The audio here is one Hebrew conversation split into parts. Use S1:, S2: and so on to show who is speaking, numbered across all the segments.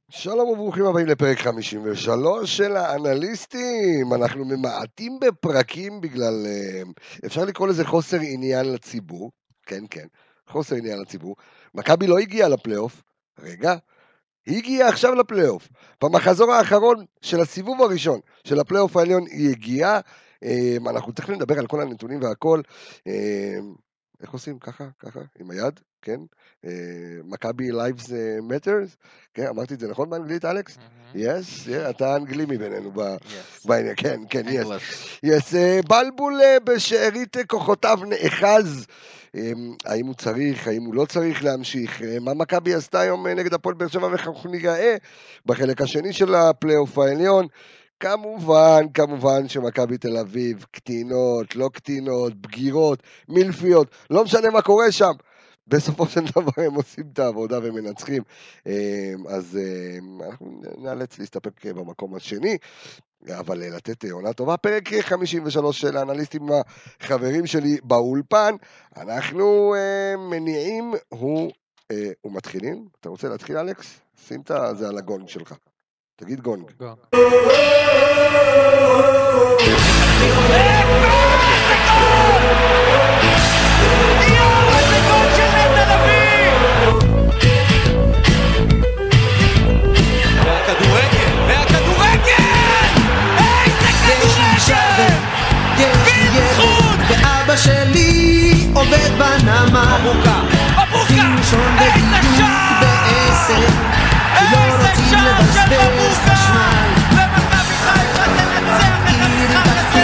S1: שלום וברוכים הבאים לפרק 53 של האנליסטים. אנחנו ממעטים בפרקים בגלל, אפשר לקרוא לזה חוסר עניין לציבור. כן, חוסר עניין לציבור. מכבי לא הגיעה לפלייאוף. רגע, היא הגיעה עכשיו לפלייאוף. במחזור האחרון של הסיבוב הראשון של הפלייאוף העליון היא הגיעה. אנחנו צריכים לדבר על כל הנתונים והכל. איך עושים? ככה, עם היד, כן? מכבי lives matters, כן, אמרתי את זה נכון באנגלית, אלכס? Yes, אתה אנגלי מבינינו בעניין, כן, yes. בלבול בשארית כוחותיו נאחז, האם הוא צריך, האם הוא לא צריך להמשיך, מה מכבי עשתה היום נגד הפועל באר שבע ואיך נראה בחלק השני של הפלייאוף העליון. כמובן שמכבי תל אביב, קטינות, לא קטינות, בגירות, מלפיות, לא משנה מה קורה שם, בסופו של דבר הם עושים את העבודה ומנצחים, אז אנחנו נאלץ להסתפק במקום השני, אבל לתת עונה טובה. פרק 53 של האנליסטים החברים שלי באולפן, אנחנו מניעים, ומתחילים. אתה רוצה להתחיל, אלכס? שים את זה על הגונג שלך. תגיד גונג.
S2: ואבא שלי עובד בנמל ראשון בדיוק בעשר לא רוצים לבזבז חשמל
S3: ומכבי חיפה תנצח את המשחק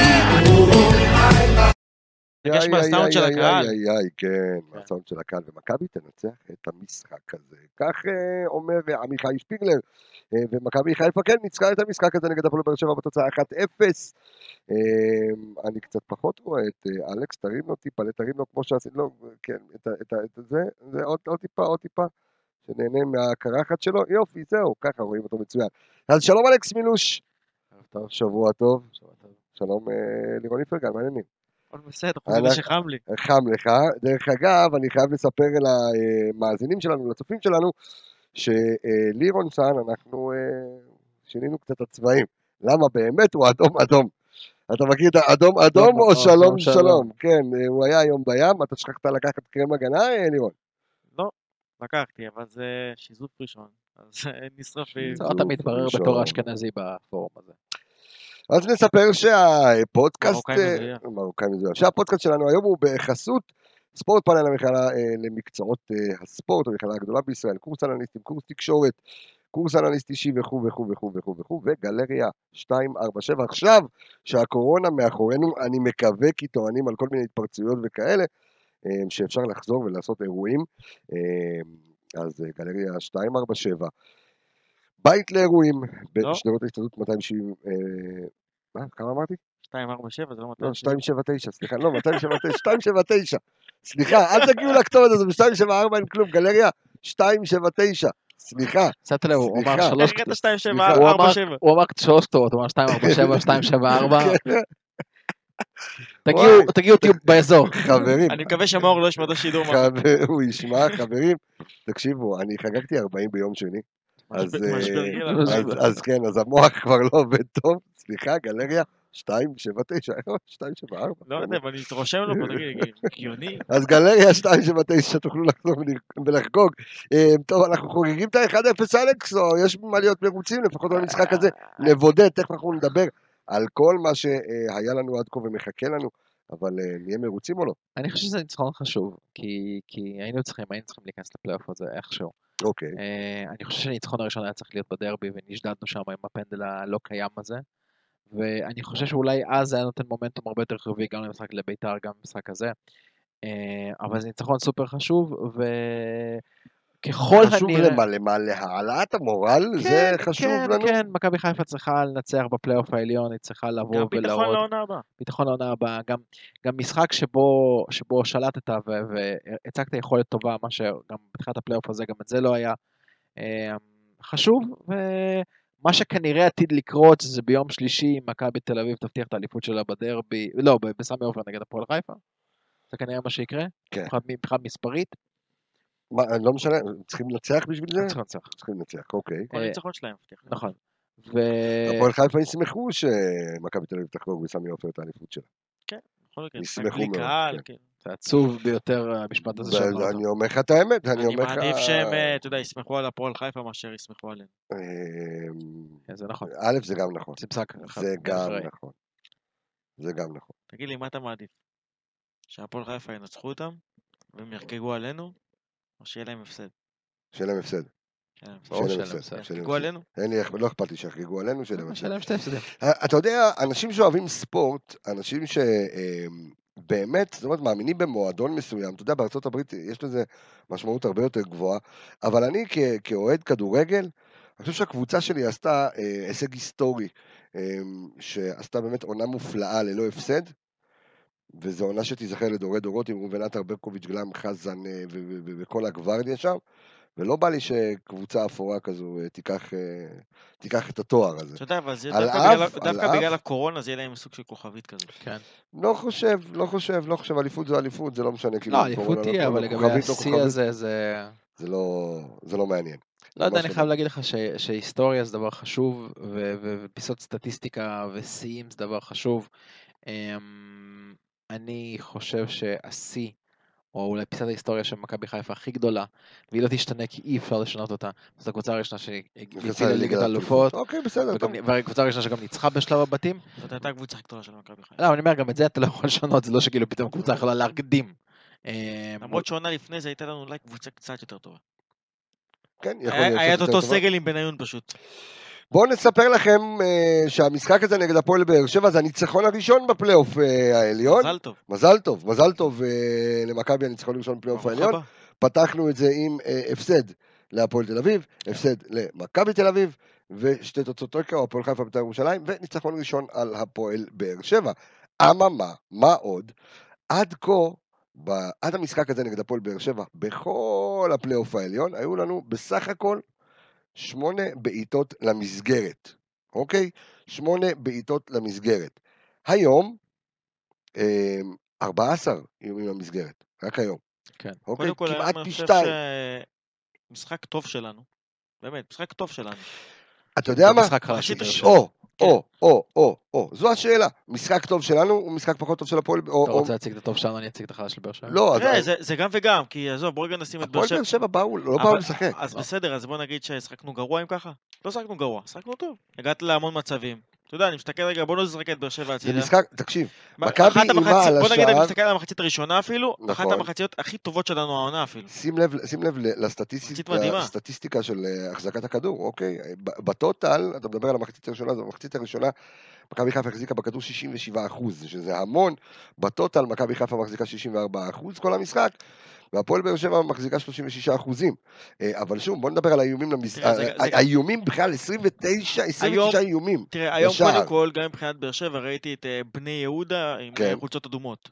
S3: הזה. יש מהסאונד של הקהל.
S1: כן, מהסאונד של הקהל, ומכבי תנצח את המשחק הזה. כך אומר עמיחי שפיגלר, ומכבי חיפה כן ניצחה את המשחק הזה נגד הפועל באר שבע בתוצאה 1-0. אני קצת פחות רואה את אלכס, תרים לו כמו שעשינו לו, כן, את זה עוד טיפה, שנהנה מהקרחת שלו, יופי, זהו, ככה רואים אותו מצוין. אז שלום אלכס מילוש, שבוע טוב, שלום לירון איפרגן, מה העניינים?
S3: בסדר, חוץ מזה שחם לי.
S1: חם לך, דרך אגב, אני חייב לספר אל המאזינים שלנו, לצופים שלנו, שלירון סן, אנחנו שינינו קצת הצבעים, למה באמת הוא אדום. אתה מכיר את אדום או שלום? כן, הוא היה היום בים, אתה שכחת לקחת קרם הגנה, לירון?
S3: לא, לקחתי, אבל זה שיזוף ראשון, אז נשרפים.
S4: אתה מתברר בתור האשכנזי בפורום הזה.
S1: אז נספר שהפודקאסט, שהפודקאסט שלנו היום הוא בחסות ספורט פאנל המכללה למקצועות הספורט, המכללה הגדולה בישראל, קורס אנליסטים, קורס תקשורת, קורס אנליסט אישי וכו', וגלריה 247. עכשיו שהקורונה מאחורינו, אני מקווה כי טוענים על כל מיני התפרצויות וכאלה, שאפשר לחזור ולעשות אירועים, אז גלריה 247, בית לאירועים, בשדרות ההסתדרות 270, כמה אמרתי?
S3: 247, זה לא
S1: 279, סליחה, לא, 279, סליחה, אל תגיעו לכתובת הזה, ב-274 אין כלום, גלריה 279, סליחה.
S4: קצת לב, הוא אמר שלוש,
S3: הוא
S4: אמר שלוש כתובות, הוא אמר 247, 274, תגיעו באזור.
S1: חברים.
S3: אני מקווה שמאור לא ישמע את השידור.
S1: הוא ישמע, חברים, תקשיבו, אני חגגתי 40 ביום שני, אז כן, אז המוח כבר לא עובד טוב, סליחה, גלריה 279, 274.
S3: לא יודע, אבל אני רושם לו פה, תגיד, גיוני.
S1: אז גלריה 279, תוכלו לחזור ולחגוג. טוב, אנחנו חוגגים את ה-1-0 אלכס, או יש מה להיות מרוצים, לפחות במשחק הזה, נבודד, תכף אנחנו נדבר על כל מה שהיה לנו עד כה ומחכה לנו, אבל נהיה מרוצים או לא?
S4: אני חושב שזה ניצחון חשוב, כי היינו צריכים להיכנס לפלייאוף הזה איכשהו.
S1: אוקיי.
S4: אני חושב שהניצחון הראשון היה צריך להיות בדרבי, ונשדדנו שם עם הפנדל הלא קיים הזה, ואני חושב שאולי אז זה היה נותן מומנטום הרבה יותר חיובי, גם למשחק לביתר, גם במשחק הזה, אבל זה ניצחון סופר חשוב, וככל הנראה...
S1: חשוב למה? להעלאת המורל? זה חשוב לנו?
S4: כן, מכבי חיפה צריכה לנצח בפלייאוף העליון, היא צריכה לבוא ולהראות...
S3: גם ביטחון לעונה הבאה.
S4: ביטחון לעונה הבאה, גם משחק שבו שלטת והצגת יכולת טובה, מה שגם בתחילת הפלייאוף הזה, גם את זה לא היה חשוב, מה שכנראה עתיד לקרות זה ביום שלישי, מכבי תל אביב תבטיח את האליפות שלה בדרבי, לא, בסמי עופר נגד הפועל חיפה, זה כנראה מה שיקרה, מבחינה מספרית.
S1: לא משנה, צריכים לנצח בשביל זה?
S4: צריך לנצח.
S1: צריכים לנצח, אוקיי.
S3: כל ניצחון שלהם.
S4: נכון.
S1: הפועל חיפה ישמחו שמכבי תל אביב תחגוג בסמי עופר את האליפות שלה.
S3: כן, בכל מקרה.
S1: ישמחו
S3: בלי
S1: מאוד,
S3: קהל,
S1: כן.
S3: כן.
S4: זה עצוב ביותר המשפט הזה שאמרת.
S1: אני אומר לך את האמת,
S3: אני מעדיף שהם, אתה יודע, ישמחו על הפועל חיפה מאשר ישמחו עליהם.
S4: זה נכון.
S1: א', זה גם נכון.
S4: זה משחק.
S1: זה גם נכון. זה גם נכון.
S3: תגיד לי, מה אתה מעדיף? שהפועל חיפה ינצחו אותם, והם יחגגו עלינו, או שיהיה להם הפסד?
S1: שיהיה להם הפסד.
S3: יחגגו עלינו?
S1: לא אכפת לי שיחגגו עלינו, שיהיה להם הפסד.
S4: שיהיה להם שתי הפסדים.
S1: אתה יודע, אנשים שאוהבים ספורט, אנשים שבאמת, זאת אומרת, מאמינים במועדון מסוים, אתה יודע, בארצות הברית יש לזה משמעות הרבה יותר גבוהה, אבל אני כאוהד כדורגל, אני חושב שהקבוצה שלי עשתה הישג היסטורי, שעשתה באמת עונה מופלאה ללא הפסד, וזו עונה שתיזכר לדורי דורות עם ראובן עטר, ברקוביץ', גלם, חזן וכל הגווארדיה שם, ולא בא לי שקבוצה אפורה כזו תיקח את התואר הזה.
S3: אתה יודע, אבל דווקא בגלל הקורונה זה יהיה להם סוג של כוכבית כזו.
S4: כן.
S1: לא חושב, אליפות זו אליפות, זה לא משנה.
S4: לא, אליפות תהיה, אבל לגבי השיא הזה
S1: זה לא מעניין.
S4: לא יודע, אני חייב להגיד לך שהיסטוריה זה דבר חשוב, ופיסות סטטיסטיקה ושיאים זה דבר חשוב. אני חושב שהשיא, או אולי פיסת ההיסטוריה של מכבי חיפה הכי גדולה, והיא לא תשתנה כי אי אפשר לשנות אותה. זאת הקבוצה הראשונה שהגיעה לליגת האלופות.
S1: אוקיי, בסדר.
S4: והקבוצה הראשונה שגם ניצחה בשלב הבתים.
S3: זאת הייתה הקבוצה הכי גדולה של מכבי חיפה.
S4: לא, אני אומר, גם את זה אתה לא יכול לשנות, זה לא שכאילו פתאום קבוצה יכולה להקדים.
S3: למרות שעונה לפני זה הייתה לנו אולי קבוצה קצת יותר טובה.
S1: כן, יכול להיות.
S3: היה את אותו סגל עם בניון פשוט.
S1: בואו נספר לכם שהמשחק הזה נגד הפועל באר שבע זה הניצחון הראשון בפלייאוף העליון. מזל טוב למכבי הניצחון הראשון בפלייאוף העליון. פתחנו את זה עם הפסד להפועל תל אביב, הפסד למכבי תל אביב, ושתי תוצאות רקע, הפועל חיפה בית"ר ירושלים, וניצחון ראשון על הפועל באר שבע. אממה, מה עוד? עד המשחק הזה נגד הפועל באר שבע, בכל הפלייאוף העליון, היו לנו בסך הכל 8 בעיטות למסגרת, אוקיי? 8 בעיטות למסגרת. היום, 14 איומים למסגרת, רק היום.
S4: כן.
S1: אוקיי?
S3: קודם כל,
S1: כמעט
S3: אני
S1: פי
S3: חושב
S1: 2.
S3: משחק טוב שלנו. באמת, משחק טוב שלנו.
S1: אתה יודע מה? זו השאלה. משחק טוב שלנו הוא משחק פחות טוב של הפועל.
S4: אתה רוצה להציג את הטוב שלנו, אני אציג את החלש של באר שבע?
S1: לא,
S3: זה גם וגם, כי עזוב, בואו רגע נשים את באר שבע.
S1: הפועל באר שבע לא באו לשחק.
S3: אז בסדר, אז בוא נגיד ששחקנו גרוע אם ככה. לא שחקנו גרוע, שחקנו טוב. הגעת להמון מצבים. אתה יודע, אני מסתכל רגע, בוא נזרק את באר שבע הצידה.
S1: זה משחק, תקשיב, מכבי אימה על השער.
S3: בוא נגיד, אני מסתכל על המחצית הראשונה אפילו, אחת המחציות הכי טובות שלנו העונה אפילו.
S1: שים לב לסטטיסטיקה של החזקת הכדור, אוקיי? בטוטל, אתה מדבר על המחצית הראשונה, זו המחצית הראשונה, מכבי חיפה החזיקה בכדור 67%, שזה המון. בטוטל, מכבי חיפה מחזיקה 64% כל המשחק. והפועל באר שבע מחזיקה 36%. אבל שוב, בוא נדבר על האיומים האיומים בכלל 29 איומים.
S3: תראה, היום קודם כל, גם מבחינת באר שבע, ראיתי את בני יהודה עם חולצות אדומות.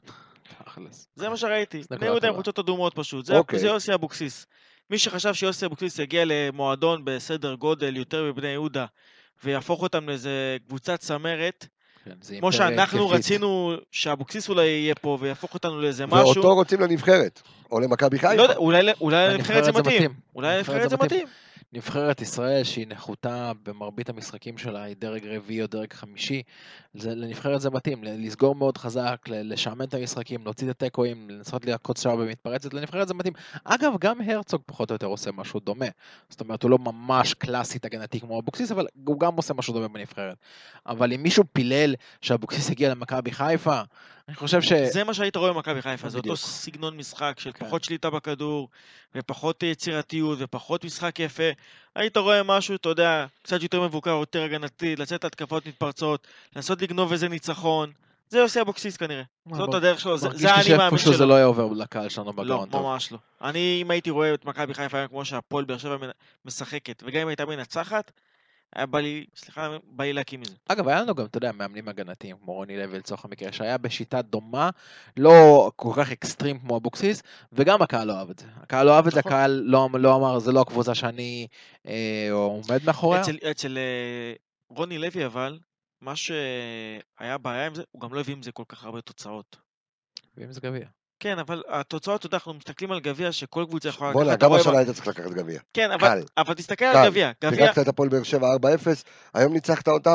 S3: זה מה שראיתי. בני יהודה עם חולצות אדומות פשוט. זה יוסי אבוקסיס. מי שחשב שיוסי אבוקסיס יגיע למועדון בסדר גודל יותר מבני יהודה, ויהפוך אותם לאיזה קבוצת צמרת, כמו שאנחנו רצינו שאבוקסיס אולי יהיה פה ויהפוך אותנו לאיזה משהו.
S1: ואותו רוצים לנבחרת, או למכבי חיפה.
S3: לא יודע, אולי לנבחרת זה מתאים. אולי לנבחרת זה מתאים.
S4: נבחרת ישראל שהיא נחותה במרבית המשחקים שלה, היא דרג רביעי או דרג חמישי, לנבחרת זה מתאים, לסגור מאוד חזק, לשעמן את המשחקים, להוציא את הטקואים, לנסות לעקוץ שער במתפרצת, לנבחרת זה מתאים. אגב, גם הרצוג פחות או יותר עושה משהו דומה, זאת אומרת, הוא לא ממש קלאסית הגנתי כמו אבוקסיס, אבל הוא גם עושה משהו דומה בנבחרת. אבל אם מישהו פילל שאבוקסיס הגיע למכבי חיפה, אני חושב
S3: זה מה שהיית רואה במכבי חיפה, זה אותו סגנון משחק של פחות שליטה בכדור, ופחות יצירתיות, ופחות משחק יפה. היית רואה משהו, אתה יודע, קצת יותר מבוקר, יותר הגנתי, לצאת התקפות מתפרצות, לנסות לגנוב איזה ניצחון. זה יוסי אבוקסיס כנראה. זאת הדרך שלו, זה אני מאמין שלו.
S4: זה לא היה עובר לקהל שלנו בגאון טוב.
S3: לא, ממש לא. אם הייתי רואה את מכבי חיפה כמו שהפועל באר שבע משחקת, וגם אם הייתה מנצחת, היה בא לי להקים מזה.
S4: אגב, היה לנו גם, אתה יודע, מאמנים הגנתיים, כמו רוני לוי לצורך המקרה, שהיה בשיטה דומה, לא כל כך אקסטרים כמו אבוקסיס, וגם הקהל לא אוהב את זה. הקהל לא אוהב את זה, הקהל לא אמר, זה לא הקבוצה שאני עומד מאחוריה.
S3: אצל רוני לוי אבל, מה שהיה בעיה עם זה, הוא גם לא הביא עם זה כל כך הרבה תוצאות.
S4: הביא עם זה גביע.
S3: כן, אבל התוצאות, אתה יודע, אנחנו מסתכלים על גביע שכל קבוצה יכולה...
S1: בוא'נה, גם השנה היית צריך לקחת גביע.
S3: כן, אבל תסתכל על גביע.
S1: פירקת את הפועל באר שבע 4-0, היום ניצחת אותם,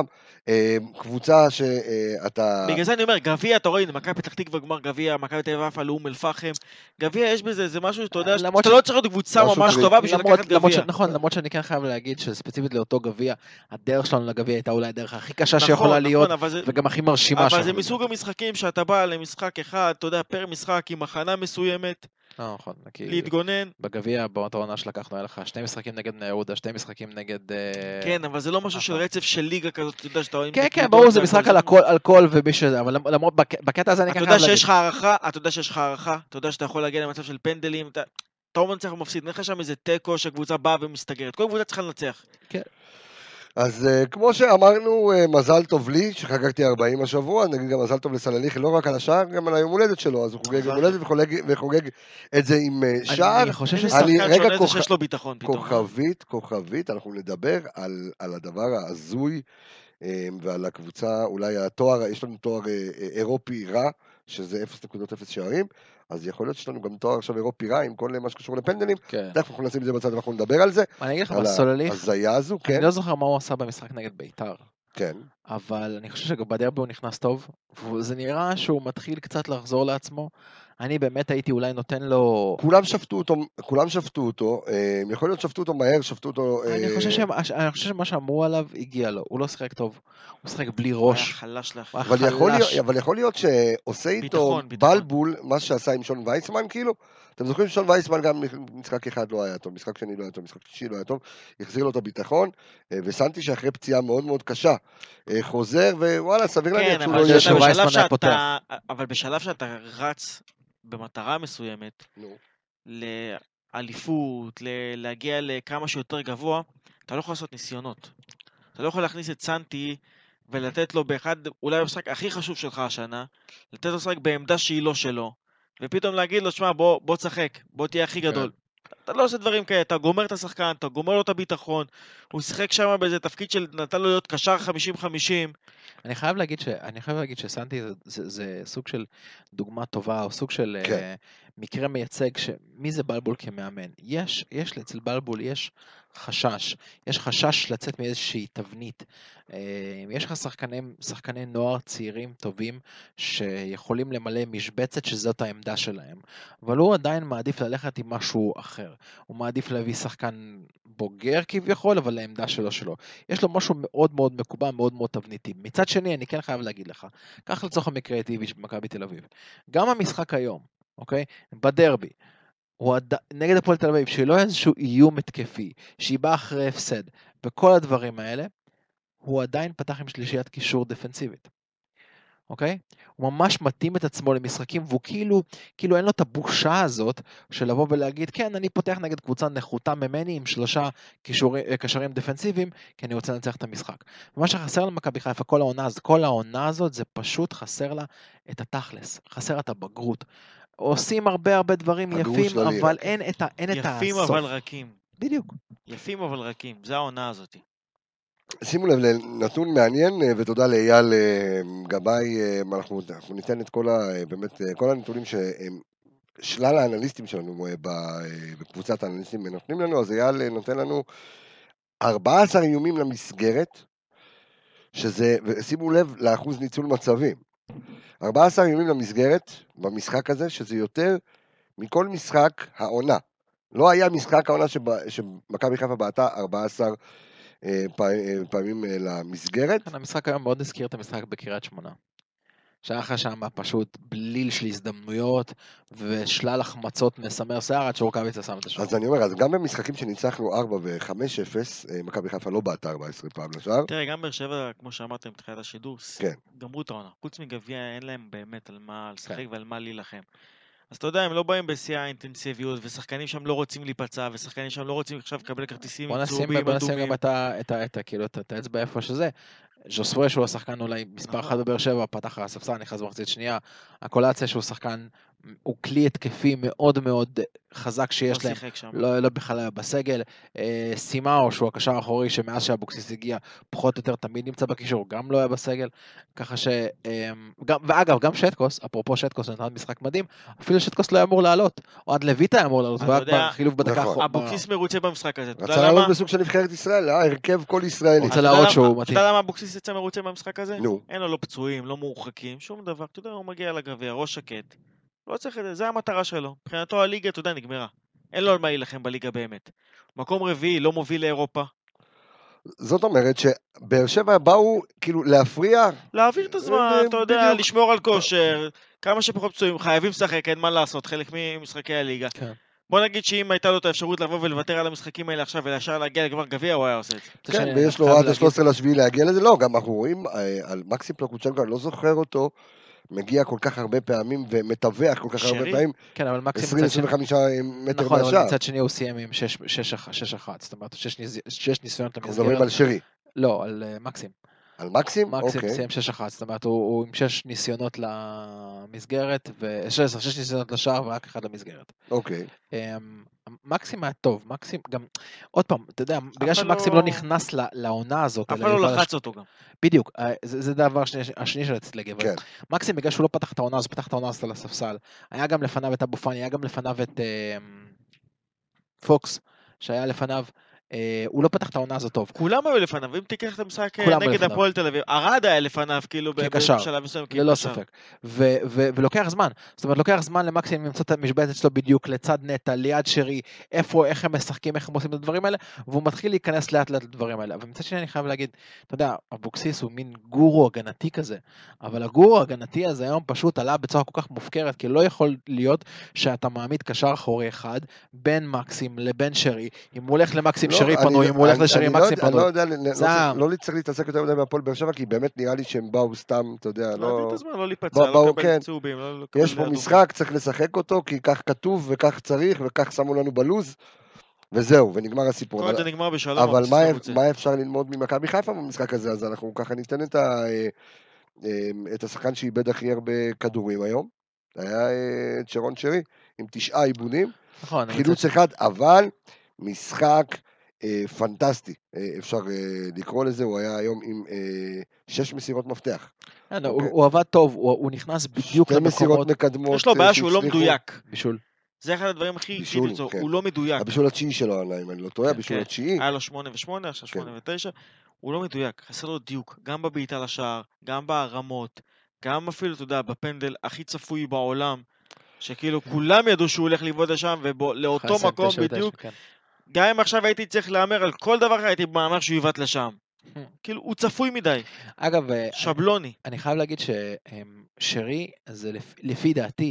S1: קבוצה שאתה...
S3: בגלל זה אני אומר, גביע, אתה רואה, מכבי פתח תקווה גמר גביע, מכבי תל אביב על אום אל-פחם, גביע יש בזה, זה משהו שאתה יודע, שאתה לא צריך להיות קבוצה ממש טובה בשביל לקחת גביע.
S4: נכון, למרות שאני כן חייב להגיד שספציפית לאותו גביע, הדרך שלנו לגביע הייתה אולי הדרך הכי קשה שיכולה להיות, וגם הכי מרשימה.
S3: אבל זה מסוג המשחקים שאתה בא למשחק אחד, אתה יודע, פר משחק עם הכנה מסוימת, להתגונן.
S4: בגביע, באותה עונה שלקחנו, היה לך 2 משחקים נגד בני יהודה, 2 משחקים נגד...
S3: כן, אבל זה לא משהו של רצף של ליגה כזאת, אתה יודע שאתה...
S4: כן, כן, ברור, זה משחק על כל ומישהו, אבל למרות, בקטע הזה אני כן חייב להגיד.
S3: אתה יודע שיש לך הערכה, אתה יודע שאתה יכול להגיע למצב של פנדלים, אתה לא מנצח ומפסיד, נלך שם איזה טקו שהקבוצה באה ומסתגרת, כל קבוצה צריכה לנצח.
S4: כן.
S1: אז כמו שאמרנו, מזל טוב לי, שחגגתי 40 השבוע, נגיד גם מזל טוב לסלליך, לא רק על השער, גם על היום הולדת שלו, אז הוא חוגג יום הולדת וחוגג את זה עם שער.
S3: אני חושב ששחקן שונה זה שיש לו ביטחון פתאום.
S1: כוכבית, אנחנו נדבר על הדבר ההזוי, ועל הקבוצה, אולי התואר, יש לנו תואר אירופי רע, שזה 0.0 שערים, אז יכול להיות שיש לנו גם תואר עכשיו אירופי רע עם כל מה שקשור לפנדלים, דרך אנחנו נשים את זה בצד ואנחנו נדבר על זה,
S4: אני אגיד לך בסולליך,
S1: הזיה הזו, כן.
S4: אני לא זוכר מה הוא עשה במשחק נגד ביתר,
S1: כן.
S4: אבל אני חושב שבדרבי הוא נכנס טוב, וזה נראה שהוא מתחיל קצת לחזור לעצמו, אני באמת הייתי אולי נותן לו...
S1: כולם שפטו אותו, יכול להיות שפטו אותו מהר, שפטו אותו...
S4: אני חושב שמה שאמרו עליו הגיע לו, הוא לא שחק טוב, הוא שחק בלי ראש.
S1: אבל יכול להיות שעושה איתו בלבול, מה שעשה עם שון וייסמן, כאילו, אתם זוכרים ששון וייסמן גם משחק אחד לא היה טוב, משחק שני לא היה טוב, משחק שישי לא היה טוב, החזיר לו את הביטחון, וסנטי שאחרי פציעה מאוד מאוד קשה, חוזר, ווואלה, סביר להגיד שהוא לא יהיה
S3: טוב. אבל בשלב שאתה רץ במטרה מסוימת, לאליפות, להגיע לכמה שיותר גבוה, אתה לא יכול לעשות ניסיונות. אתה לא יכול להכניס את סנטי ולתת לו באחד, אולי במשחק הכי חשוב שלך השנה, לתת לו משחק בעמדה שהיא לא שלו, ופתאום להגיד לו, שמע, בוא תשחק, בוא תהיה הכי גדול. אתה לא עושה דברים כאלה, אתה גומר את השחקן, אתה גומר לו את הביטחון, הוא שיחק שם באיזה תפקיד של נתן לו להיות קשר 50-50.
S4: אני חייב להגיד שסנטי זה סוג של דוגמה טובה, או סוג של מקרה מייצג, מי זה בלבול כמאמן? יש אצל בלבול, יש חשש לצאת מאיזושהי תבנית. יש לך שחקני נוער צעירים טובים שיכולים למלא משבצת שזאת העמדה שלהם, אבל הוא עדיין מעדיף ללכת עם משהו אחר. הוא מעדיף להביא שחקן בוגר כביכול, אבל לעמדה שלו. יש לו משהו מאוד מאוד מקובע, מאוד מאוד תבניתי. מצד שני, אני כן חייב להגיד לך, כך לצורך המקרה הטבעי במכבי תל אביב. גם המשחק היום, אוקיי? בדרבי, נגד הפועל תל אביב, שלא היה איזשהו איום התקפי, שהיא באה אחרי הפסד, וכל הדברים האלה, הוא עדיין פתח עם שלישיית קישור דפנסיבית. אוקיי? הוא ממש מתאים את עצמו למשחקים, והוא כאילו אין לו את הבושה הזאת, של לבוא ולהגיד, כן, אני פותח נגד קבוצה נחותה ממני, עם 3 קשרים דפנסיביים, כי אני רוצה לנצח את המשחק. ומה שחסר למכבי חיפה, כל העונה הזאת, זה פשוט חסר לה את התכלס, חסר את הבגרות. עושים הרבה דברים יפים, אבל אין את הסוף.
S3: יפים אבל רכים.
S4: בדיוק.
S3: יפים אבל רכים, זה העונה הזאת.
S1: שימו לב לנתון מעניין, ותודה לאייל גבאי, אנחנו ניתן את כל הנתונים ששלל האנליסטים שלנו בקבוצת האנליסטים נותנים לנו, אז אייל נותן לנו 14 איומים למסגרת, שזה, ושימו לב לאחוז ניצול מצבים, 14 איומים למסגרת במשחק הזה, שזה יותר מכל משחק העונה. לא היה משחק העונה שמכבי חיפה בעטה 14 פעמים למסגרת.
S4: המשחק היום מאוד הזכיר את המשחק בקריית שמונה. שהיה לך שם פשוט בליל של הזדמנויות ושלל החמצות מסמר שיער עד שרוקאביצה שם את השער.
S1: אז אני אומר, אז גם במשחקים שניצחנו 4 ו-5-0, מכבי חיפה לא בעטה 14 פעם לשער.
S3: תראה, גם באר שבע, כמו שאמרתם בתחילת השידור, גמרו את העונה. חוץ מגביע אין להם באמת על מה לשחק ועל מה להילחם. אז אתה יודע, הם לא באים בשיא האינטנסיביות, ושחקנים שם לא רוצים להיפצע, ושחקנים שם לא רוצים עכשיו לקבל כרטיסים
S4: צהובים אדומים. בוא נשים גם את האצבע איפה שזה. ז'וסווה שהוא השחקן אולי מספר 1 בבאר שבע, פתח הספסל, נכנס במחצית שנייה, הקולציה שהוא שחקן, הוא כלי התקפי מאוד מאוד חזק שיש להם, לא בכלל היה בסגל, סימאו שהוא הקשר האחורי שמאז שאבוקסיס הגיע פחות או יותר תמיד נמצא בקישור, גם לא היה בסגל, ככה ש... ואגב, גם שטקוס, אפרופו שטקוס נתן משחק מדהים, אפילו שטקוס לא היה אמור לעלות, או עד לויטה היה אמור לעלות, והיה חילוב בדקה האחרונה.
S3: אבוקסיס מרוצה במשחק הזה.
S1: רצה לעלות בסוג של נבחרת ישראל, הרכב כל ישראלי.
S4: רוצה להראות שהוא מתאים.
S3: אתה יודע למה אבוקסיס יצא מרוצה במשחק הזה? אין לו לא פצועים, לא מורחקים, שום דבר, אתה יודע, הוא מגיע לגביע, ראש שקט. לא צריך את זה, זה המטרה שלו. מבחינתו הליגה, אתה יודע, נגמרה. אין לו על מה להילחם בליגה באמת. מקום רביעי, לא מוביל לאירופה.
S1: זאת אומרת שבאר שבע באו כאילו להפריע.
S3: להעביר את הזמן, אתה יודע, לשמור על כושר, כמה שפחות פצועים, חייבים לשחק, אין מה לעשות, חלק ממשחקי הליגה. בוא נגיד שאם הייתה לו את האפשרות לבוא ולוותר על המשחקים האלה עכשיו ולאשר להגיע לגמר גביע, הוא היה עושה את זה.
S1: כן, ויש לו עד ה-13 להגיע לזה, לא, גם אנחנו רואים על מקסים פלקוצ'נקו, אני לא זוכר אותו, מגיע כל כך הרבה פעמים ומטווח כל כך הרבה פעמים, 20-25 מטר
S4: נכון,
S1: מהשאר.
S4: אבל מצד שני הוא סיים עם 6-1, זאת אומרת 6 ניסיונות למסגרת.
S1: אנחנו מדברים על שרי.
S4: לא, על מקסים.
S1: על מקסים?
S4: מקסים סיים 6-1, זאת אומרת הוא עם 6 ניסיונות למסגרת, 6 ניסיונות לשער ורק 1 למסגרת.
S1: אוקיי.
S4: מקסים היה טוב, מקסים גם, עוד פעם, אתה יודע, בגלל שמקסים לא נכנס לעונה הזאת.
S3: אף אחד לא לחץ אותו גם.
S4: בדיוק, זה דבר השני שרציתי להגיד. מקסים בגלל שהוא לא פתח את העונה הזאת, פתח את העונה הזאת על הספסל, היה גם לפניו את אבו פאני, היה גם לפניו את פוקס, שהיה לפניו, הוא לא פתח את העונה הזאת טוב.
S3: כולם היו לפניו, אם תיקח את המשחק נגד הפועל תל אביב, ארד היה לפניו, כאילו בשלב מסוים.
S4: ללא ספק. ולוקח זמן, זאת אומרת, לוקח זמן למקסים למצוא את המשבצת שלו בדיוק, לצד נטע, ליד שרי, איך הם משחקים, איך הם עושים את הדברים האלה, והוא מתחיל להיכנס לאט לאט לדברים האלה. ומצד שני אני חייב להגיד, אתה יודע, אבוקסיס הוא מין גורו הגנתי כזה, אבל הגורו הגנתי הזה היום פשוט עלה בצורה כל כך מופקרת, כי לא יכול להיות שאתה מעמיד קשר אחורי אחד, בין מקסים לבין שרי, אם הוא הולך למקסים שרי פנוי, אם הוא הולך לשרי מקסים פנוי.
S1: לא צריך להתעסק יותר מדי בהפועל באר שבע, כי באמת נראה לי שהם באו סתם, אתה יודע,
S3: לא להיפצע, לא לקבל צהובים.
S1: יש פה משחק, צריך לשחק אותו, כי כך כתוב וכך צריך, וכך שמו לנו בלוז, וזהו, ונגמר הסיפור.
S3: זה נגמר בשלום.
S1: אבל מה אפשר ללמוד ממכבי חיפה במשחק הזה? אז אנחנו ככה ניתן את השחקן שאיבד הכי הרבה כדורים היום, היה צ'רון שרי, עם 9 עיבודים, חילוץ אחד, אבל משחק פנטסטי, אפשר לקרוא לזה, הוא היה היום עם 6 מסירות מפתח.
S4: הוא עבד טוב, הוא נכנס בדיוק
S1: למקומות. 2 מסירות מקדמות.
S3: יש לו בעיה שהוא לא מדויק.
S4: בישול.
S3: זה אחד הדברים הכי חידית, הוא לא מדויק.
S1: הבישול התשיעי שלו, אם אני לא טועה, הבישול התשיעי.
S3: היה לו 8 ו8, עכשיו 8 ו9, הוא לא מדויק, חסר לו דיוק, גם בבעיטה לשער, גם בהרמות, גם אפילו, אתה יודע, בפנדל הכי צפוי בעולם, שכאילו כולם ידעו שהוא הולך לבעוט לשם, ולאותו מקום בדיוק. גם אם עכשיו הייתי צריך לאמר על כל דבר, הייתי מאמר שהוא יבעט לשם. כאילו, הוא צפוי מדי.
S4: אגב,
S3: שבלוני.
S4: אני חייב להגיד ששרי, זה לפי דעתי,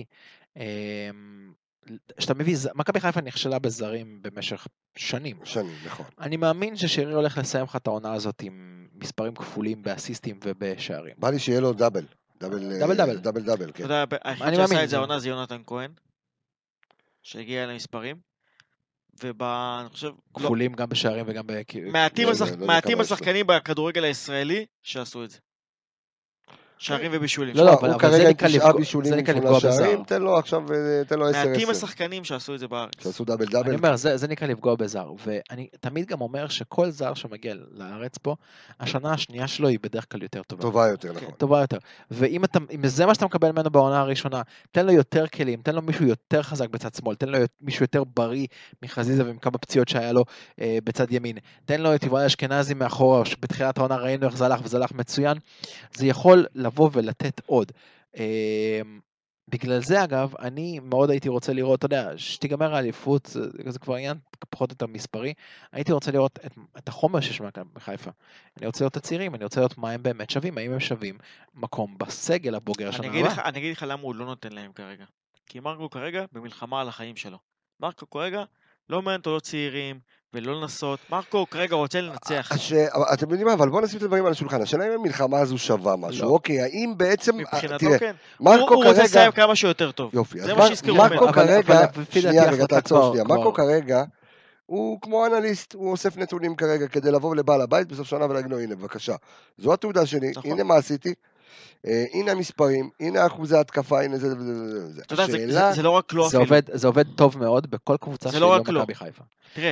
S4: שאתה מביא, מכבי חיפה נכשלה בזרים במשך שנים.
S1: נכון.
S4: אני מאמין ששרי הולך לסיים לך את העונה הזאת עם מספרים כפולים באסיסטים ובשערים.
S1: בא לי שיהיה לו דאבל, כן.
S3: אתה יודע, היחיד שעשה את זה העונה זה יונתן כהן, שהגיע למספרים, אני חושב...
S4: כפולים גם בשערים וגם
S3: מעטים השחקנים בכדורגל הישראלי שעשו את זה. שערים ובישולים.
S1: לא, הוא כרגע עם 9 בישולים עם 8 שערים, תן לו עכשיו, תן לו 10-10.
S3: מעטים השחקנים שעשו את זה בארץ.
S1: שעשו דאבל.
S4: אני אומר, זה נקרא לפגוע בזר, ואני תמיד גם אומר שכל זר שמגיע לארץ פה, השנה השנייה שלו היא בדרך כלל יותר טובה.
S1: טובה יותר, נכון.
S4: טובה יותר. ואם זה מה שאתה מקבל ממנו בעונה הראשונה, תן לו יותר כלים, תן לו מישהו יותר חזק בצד שמאל, תן לו מישהו יותר בריא מחזיזה ועם כמה פציעות שהיה לו בצד ימין. תן לו את יובל אשכנזי מאחורה, בתחילת העונה ראינו איך זה הלך וזה הלך מצוין. זה יכול לבוא ולתת עוד. בגלל זה אגב, אני מאוד הייתי רוצה לראות, אתה יודע, שתיגמר האליפות, זה כבר עניין פחות או יותר מספרי, הייתי רוצה לראות את החומר שיש בחיפה. אני רוצה לראות את הצעירים, אני רוצה לראות מה הם באמת שווים, האם הם שווים מקום בסגל הבוגר שנה הבאה.
S3: אני אגיד לך למה הוא לא נותן להם כרגע. כי מרקו כרגע במלחמה על החיים שלו. מרקו כרגע לא מעניין אותו לא צעירים, ולא לנסות. מרקו כרגע רוצה לנצח.
S1: אתם יודעים מה, אבל בואו נשים את הדברים על השולחן. השאלה אם המלחמה הזו שווה משהו. אוקיי, האם בעצם...
S3: מבחינתו כן. הוא רוצה לסיים כמה שיותר טוב.
S1: יופי.
S3: זה מה שהזכירו
S1: ממנו. מרקו כרגע... שנייה, רגע, תעצור שנייה. מרקו כרגע הוא כמו אנליסט, הוא אוסף נתונים כרגע כדי לבוא לבעל הבית בסוף שנה ולהגיד לו, הנה, בבקשה, זו התעודה שלי, הנה מה עשיתי, הנה המספרים, הנה אחוזי התקפה, הנה זה וזה.
S3: אתה יודע, זה לא רק לא אפילו.
S4: זה עובד טוב מאוד בכל קבוצה שהיא לא מכבי חיפה.
S3: תראה.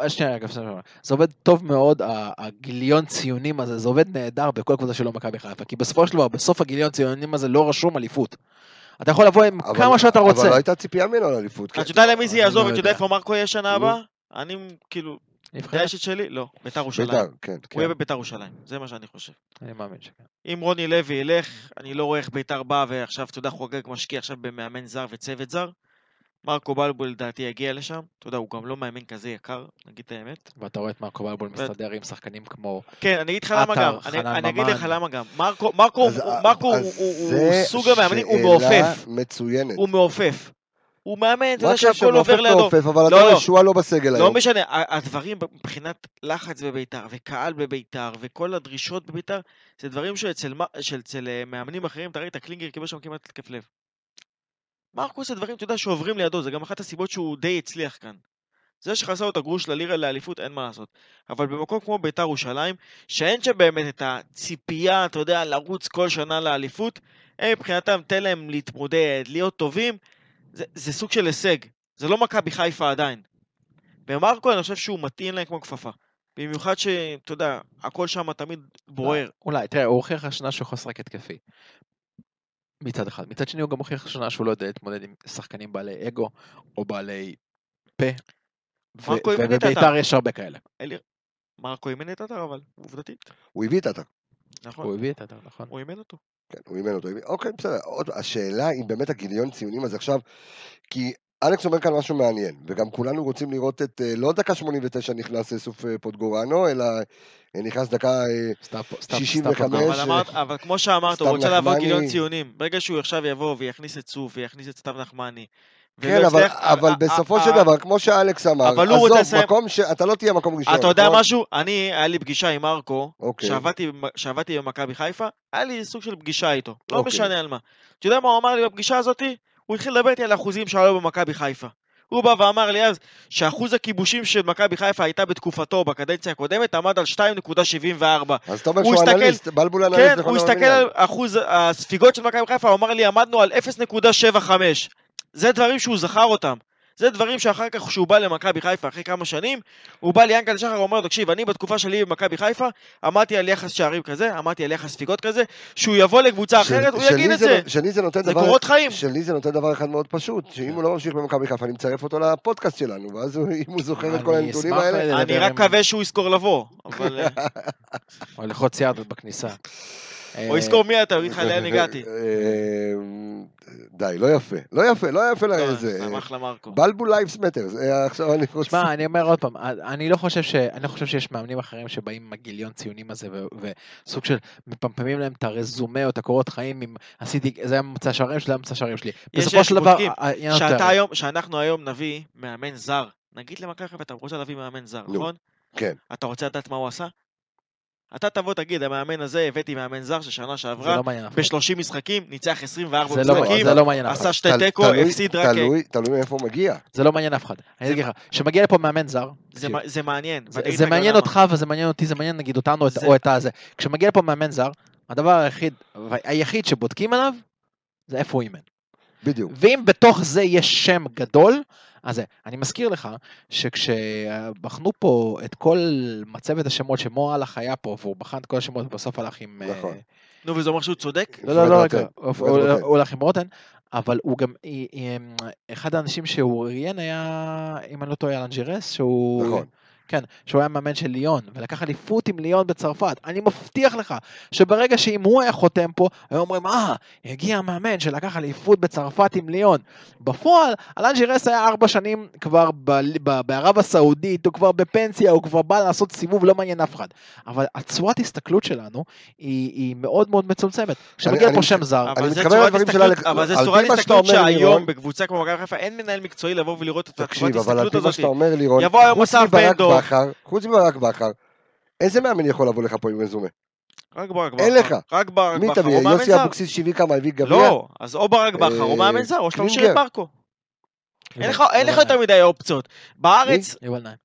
S4: זה עובד טוב מאוד, הגיליון ציונים הזה, זה עובד נהדר בכל קבוצה שלא מכבי חיפה, כי בסופו של דבר, בסוף הגיליון ציונים הזה לא רשום אליפות. אתה יכול לבוא עם כמה שאתה רוצה. אבל
S1: לא הייתה ציפייה ממנו על אליפות.
S3: אתה יודע למי זה יעזוב, אתה יודע איפה מרקו יהיה שנה הבאה? אני כאילו, דיישת שלי? לא, ביתר ירושלים. הוא יהיה בביתר ירושלים, זה מה שאני חושב.
S4: אני מאמין שכן.
S3: אם רוני לוי ילך, אני לא רואה איך ביתר בא ועכשיו, אתה יודע, חוגג משקיע עכשיו במאמן זר וצוות זר. מרקו בלבול לדעתי יגיע לשם, אתה יודע, הוא גם לא מאמן כזה יקר, נגיד את האמת.
S4: ואתה רואה את מרקו בלבול מסתדר עם שחקנים כמו...
S3: כן, אני אגיד לך למה גם, אני אגיד לך למה גם. מרקו הוא סוג המאמנים, הוא מעופף.
S1: מצוינת.
S3: הוא מעופף. הוא מאמן, אתה יודע שהכל עובר לידו.
S1: אבל אתה רואה שואה לא בסגל היום.
S3: לא משנה, הדברים מבחינת לחץ בביתר וקהל בביתר וכל הדרישות בביתר, זה דברים שאצל מאמנים אחרים, אתה ראית, קלינגר קיבל שם כמעט התקף לב. מרקו עושה דברים, אתה יודע, שעוברים לידו, זה גם אחת הסיבות שהוא די הצליח כאן. זה שחסר לו את הגרוש ללירה לאליפות, אין מה לעשות. אבל במקום כמו ביתר ירושלים, שאין שם באמת את הציפייה, אתה יודע, לרוץ כל שנה לאליפות, הם מבחינתם, תן להם להתמודד, להיות טובים, זה סוג של הישג. זה לא מכבי חיפה עדיין. במרקו אני חושב שהוא מתאים להם כמו כפפה. במיוחד שאתה יודע, הכל שם תמיד בוער.
S4: אולי, תראה, הוא הוכיח השנה שהוא חסר התקפי. מצד אחד. מצד שני הוא גם הוכיח השנה שהוא לא יודע להתמודד עם שחקנים בעלי אגו, או בעלי פה. ובביתר יש הרבה כאלה.
S3: מרקו אימן את אתר, אבל עובדתית.
S1: הוא הביא את אתר.
S3: נכון.
S4: הוא הביא את אתר, נכון.
S3: הוא אימן אותו.
S1: כן, הוא אימן אותו. אוקיי, בסדר. השאלה היא באמת הגיליון ציונים הזה עכשיו, כי אלכס אומר כאן משהו מעניין, וגם כולנו רוצים לראות את, לא דקה 89 נכנס סוף פוטגורנו, אלא נכנס דקה 65.
S3: אבל כמו שאמרת, הוא רוצה לעבור גיליון ציונים. ברגע שהוא עכשיו יבוא ויכניס את סוף, ויכניס את סתיו נחמני,
S1: כן, אבל בסופו של דבר, כמו שאלכס אמר, עזוב, מקום שאתה לא תהיה מקום ראשון.
S3: אתה יודע משהו? היה לי פגישה עם מרקו, שעבדתי במכבי חיפה, היה לי סוג של פגישה איתו, לא משנה על מה. אתה יודע מה הוא אמר לי בפגישה הזאת? הוא התחיל לדבר איתי על האחוזים שעלו במכבי חיפה. הוא בא ואמר לי אז, שאחוז הכיבושים של מכבי חיפה הייתה בתקופתו, בקדנציה הקודמת, עמד על 2.74.
S1: אז אתה אומר שהוא אנליסט, בלבול אנליסט.
S3: כן, הוא הסתכל על אחוז הספיגות של מכבי חיפה, הוא אמר לי, עמדנו על 0.75. זה דברים שהוא זכר אותם. זה דברים שאחר כך שהוא בא למכבי חיפה אחרי כמה שנים, הוא בא ליאנקל שחר ואומר, תקשיב, אני בתקופה שלי במכבי חיפה, עמדתי על יחס שערים כזה, עמדתי על יחס ספיגות כזה, שהוא יבוא לקבוצה אחרת, הוא יגיד את זה. זה קורות חיים.
S1: שלי זה נותן דבר אחד מאוד פשוט, שאם הוא לא ממשיך במכבי חיפה, אני מצרף אותו לפודקאסט שלנו, ואז אם הוא זוכר את כל הנתונים האלה.
S3: אני רק מקווה שהוא יזכור לבוא, אבל...
S4: או לחוץ יד בכניסה.
S3: או יזכור מי אתה, יגיד לך לאן הגעתי.
S1: די, לא יפה. לא יפה לזה. בלבול לייבס מטר. עכשיו אני חושב...
S4: שמע, אני אומר עוד פעם, אני לא חושב שיש מאמנים אחרים שבאים עם הגיליון ציונים הזה, וסוג של מפמפמים להם את הרזומה או את הקורות חיים, עשיתי, זה היה מצע שערים שלי, זה היה מצע שערים שלי. בסופו של דבר...
S3: שאנחנו היום נביא מאמן זר, נגיד למכבי חיפה, אתה רוצה להביא מאמן זר, נכון?
S1: כן.
S3: אתה רוצה לדעת מה הוא עשה? אתה תבוא תגיד, המאמן הזה, הבאתי מאמן זר ששנה שעברה, ב-30 משחקים, ניצח 24 משחקים, עשה שתי תיקו, הפסיד רק...
S1: תלוי מאיפה הוא מגיע.
S4: זה לא מעניין אף אחד. אני אגיד לך, שמגיע לפה מאמן זר...
S3: זה מעניין.
S4: זה מעניין אותך וזה מעניין אותי, זה מעניין נגיד אותנו או את הזה. כשמגיע לפה מאמן זר, הדבר היחיד שבודקים עליו, זה איפה הוא אימן.
S1: בדיוק.
S4: ואם בתוך זה יש שם גדול, אז אני מזכיר לך שכשבחנו פה את כל מצבת השמות שמו הלך היה פה, והוא בחן את כל השמות ובסוף הלך עם...
S1: נכון.
S3: נו, וזה אומר שהוא צודק?
S4: לא, הוא הלך עם רוטן, אבל הוא גם, אחד האנשים שהוא ראיין היה, אם אני לא טועה, אלנג'ירס, שהוא...
S1: נכון.
S4: כן, שהוא היה מאמן של ליון, ולקח אליפות עם ליון בצרפת. אני מבטיח לך שברגע שאם הוא היה חותם פה, היו אומרים, הגיע המאמן שלקח אליפות בצרפת עם ליון. בפועל, אלן ג'ירס היה 4 שנים כבר בערב הסעודית, הוא כבר בפנסיה, הוא כבר בא לעשות סיבוב, לא מעניין אף אחד. אבל הצורת הסתכלות שלנו היא מאוד מאוד מצומצמת. כשמגיע פה שם זר,
S3: אבל זה צורת הסתכלות שהיום בקבוצה כמו מכבי חיפה, אין מנהל מקצועי לבוא ולראות את הצורת הסתכלות הזאת. יבוא היום אסף בנדו.
S1: חוץ מברק בכר, איזה מאמן יכול לבוא לך פה עם רזומה?
S3: רק ברק בכר.
S1: אין לך.
S3: רק ברק
S1: בכר. מי תביא? יוסי אבוקסיס שהביא כמה, הביא גביע?
S3: לא, אז או ברק בכר, או מאמן זר, או שאתה משאיר את מרקו. אין לך יותר מדי אופציות. בארץ...
S4: יובל נעים.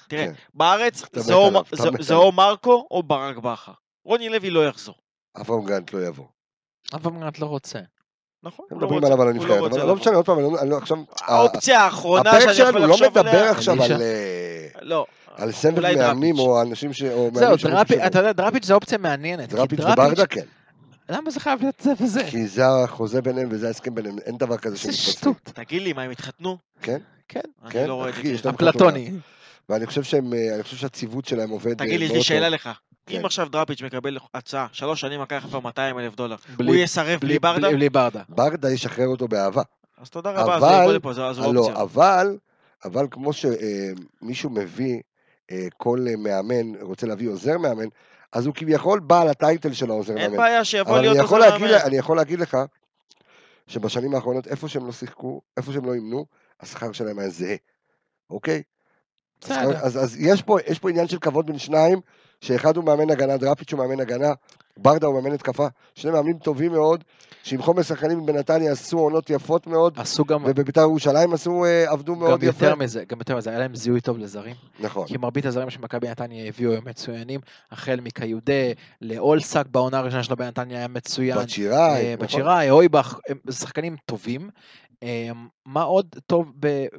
S3: תראה, בארץ זה או מרקו או ברק בכר. רוני לוי לא יחזור.
S1: אברהם גרנט לא יבוא.
S4: אברהם גרנט לא רוצה.
S3: נכון,
S1: הם מדברים עליו על הנבחרת, אבל לא משנה, עוד פעם, עכשיו...
S3: האופציה האחרונה
S1: שאני יכול לחשוב עליה... הפרק שלנו לא מדבר עכשיו על סבב מאמנים או אנשים ש...
S4: זהו, אתה יודע, דראפיץ' זה אופציה מעניינת.
S1: דראפיץ' וברדה כן.
S4: למה זה חייב להיות זה וזה?
S1: כי זה החוזה ביניהם וזה ההסכם ביניהם, אין דבר כזה
S4: שמתפסים.
S3: תגיד לי, מה הם התחתנו?
S1: כן?
S4: כן.
S3: אני לא רואה את זה.
S4: אפלטוני.
S1: ואני חושב שהציוות שלהם עובד...
S3: תגיד לי, יש לי שאלה לך. אם עכשיו דראפיץ' מקבל הצעה, 3 שנים לקח כבר $200,000, הוא יסרב בלי ברדה?
S4: בלי ברדה.
S1: ברדה ישחרר אותו באהבה.
S3: אז תודה רבה, זה יבוא לפה, זו אופציה.
S1: אבל כמו שמישהו מביא, כל מאמן רוצה להביא עוזר מאמן, אז הוא כביכול בא על הטייטל של העוזר מאמן.
S3: אין בעיה שיבוא להיות עוזר מאמן.
S1: אני יכול להגיד לך, שבשנים האחרונות, איפה שהם לא שיחקו, איפה שהם לא אימנו, השכר שלהם היה זהה. אוקיי? אז יש פה עניין של כבוד בין שניים, שאחד הוא מאמן הגנה, דראפיץ' הוא מאמן הגנה, ברדה הוא מאמן התקפה, שני מאמנים טובים מאוד, שעם חומר שחקנים בנתניה עשו עונות יפות מאוד, ובבית"ר ירושלים עבדו מאוד יפה.
S4: גם יותר מזה, היה להם זיהוי טוב לזרים.
S1: נכון.
S4: כי מרבית הזרים שמכבי נתניה הביאו הם מצוינים, החל מקיודה, לאולסק בעונה הראשונה של בנתניה היה מצוין. בצ'יראי, אויבך, הם שחקנים טובים. מה עוד טוב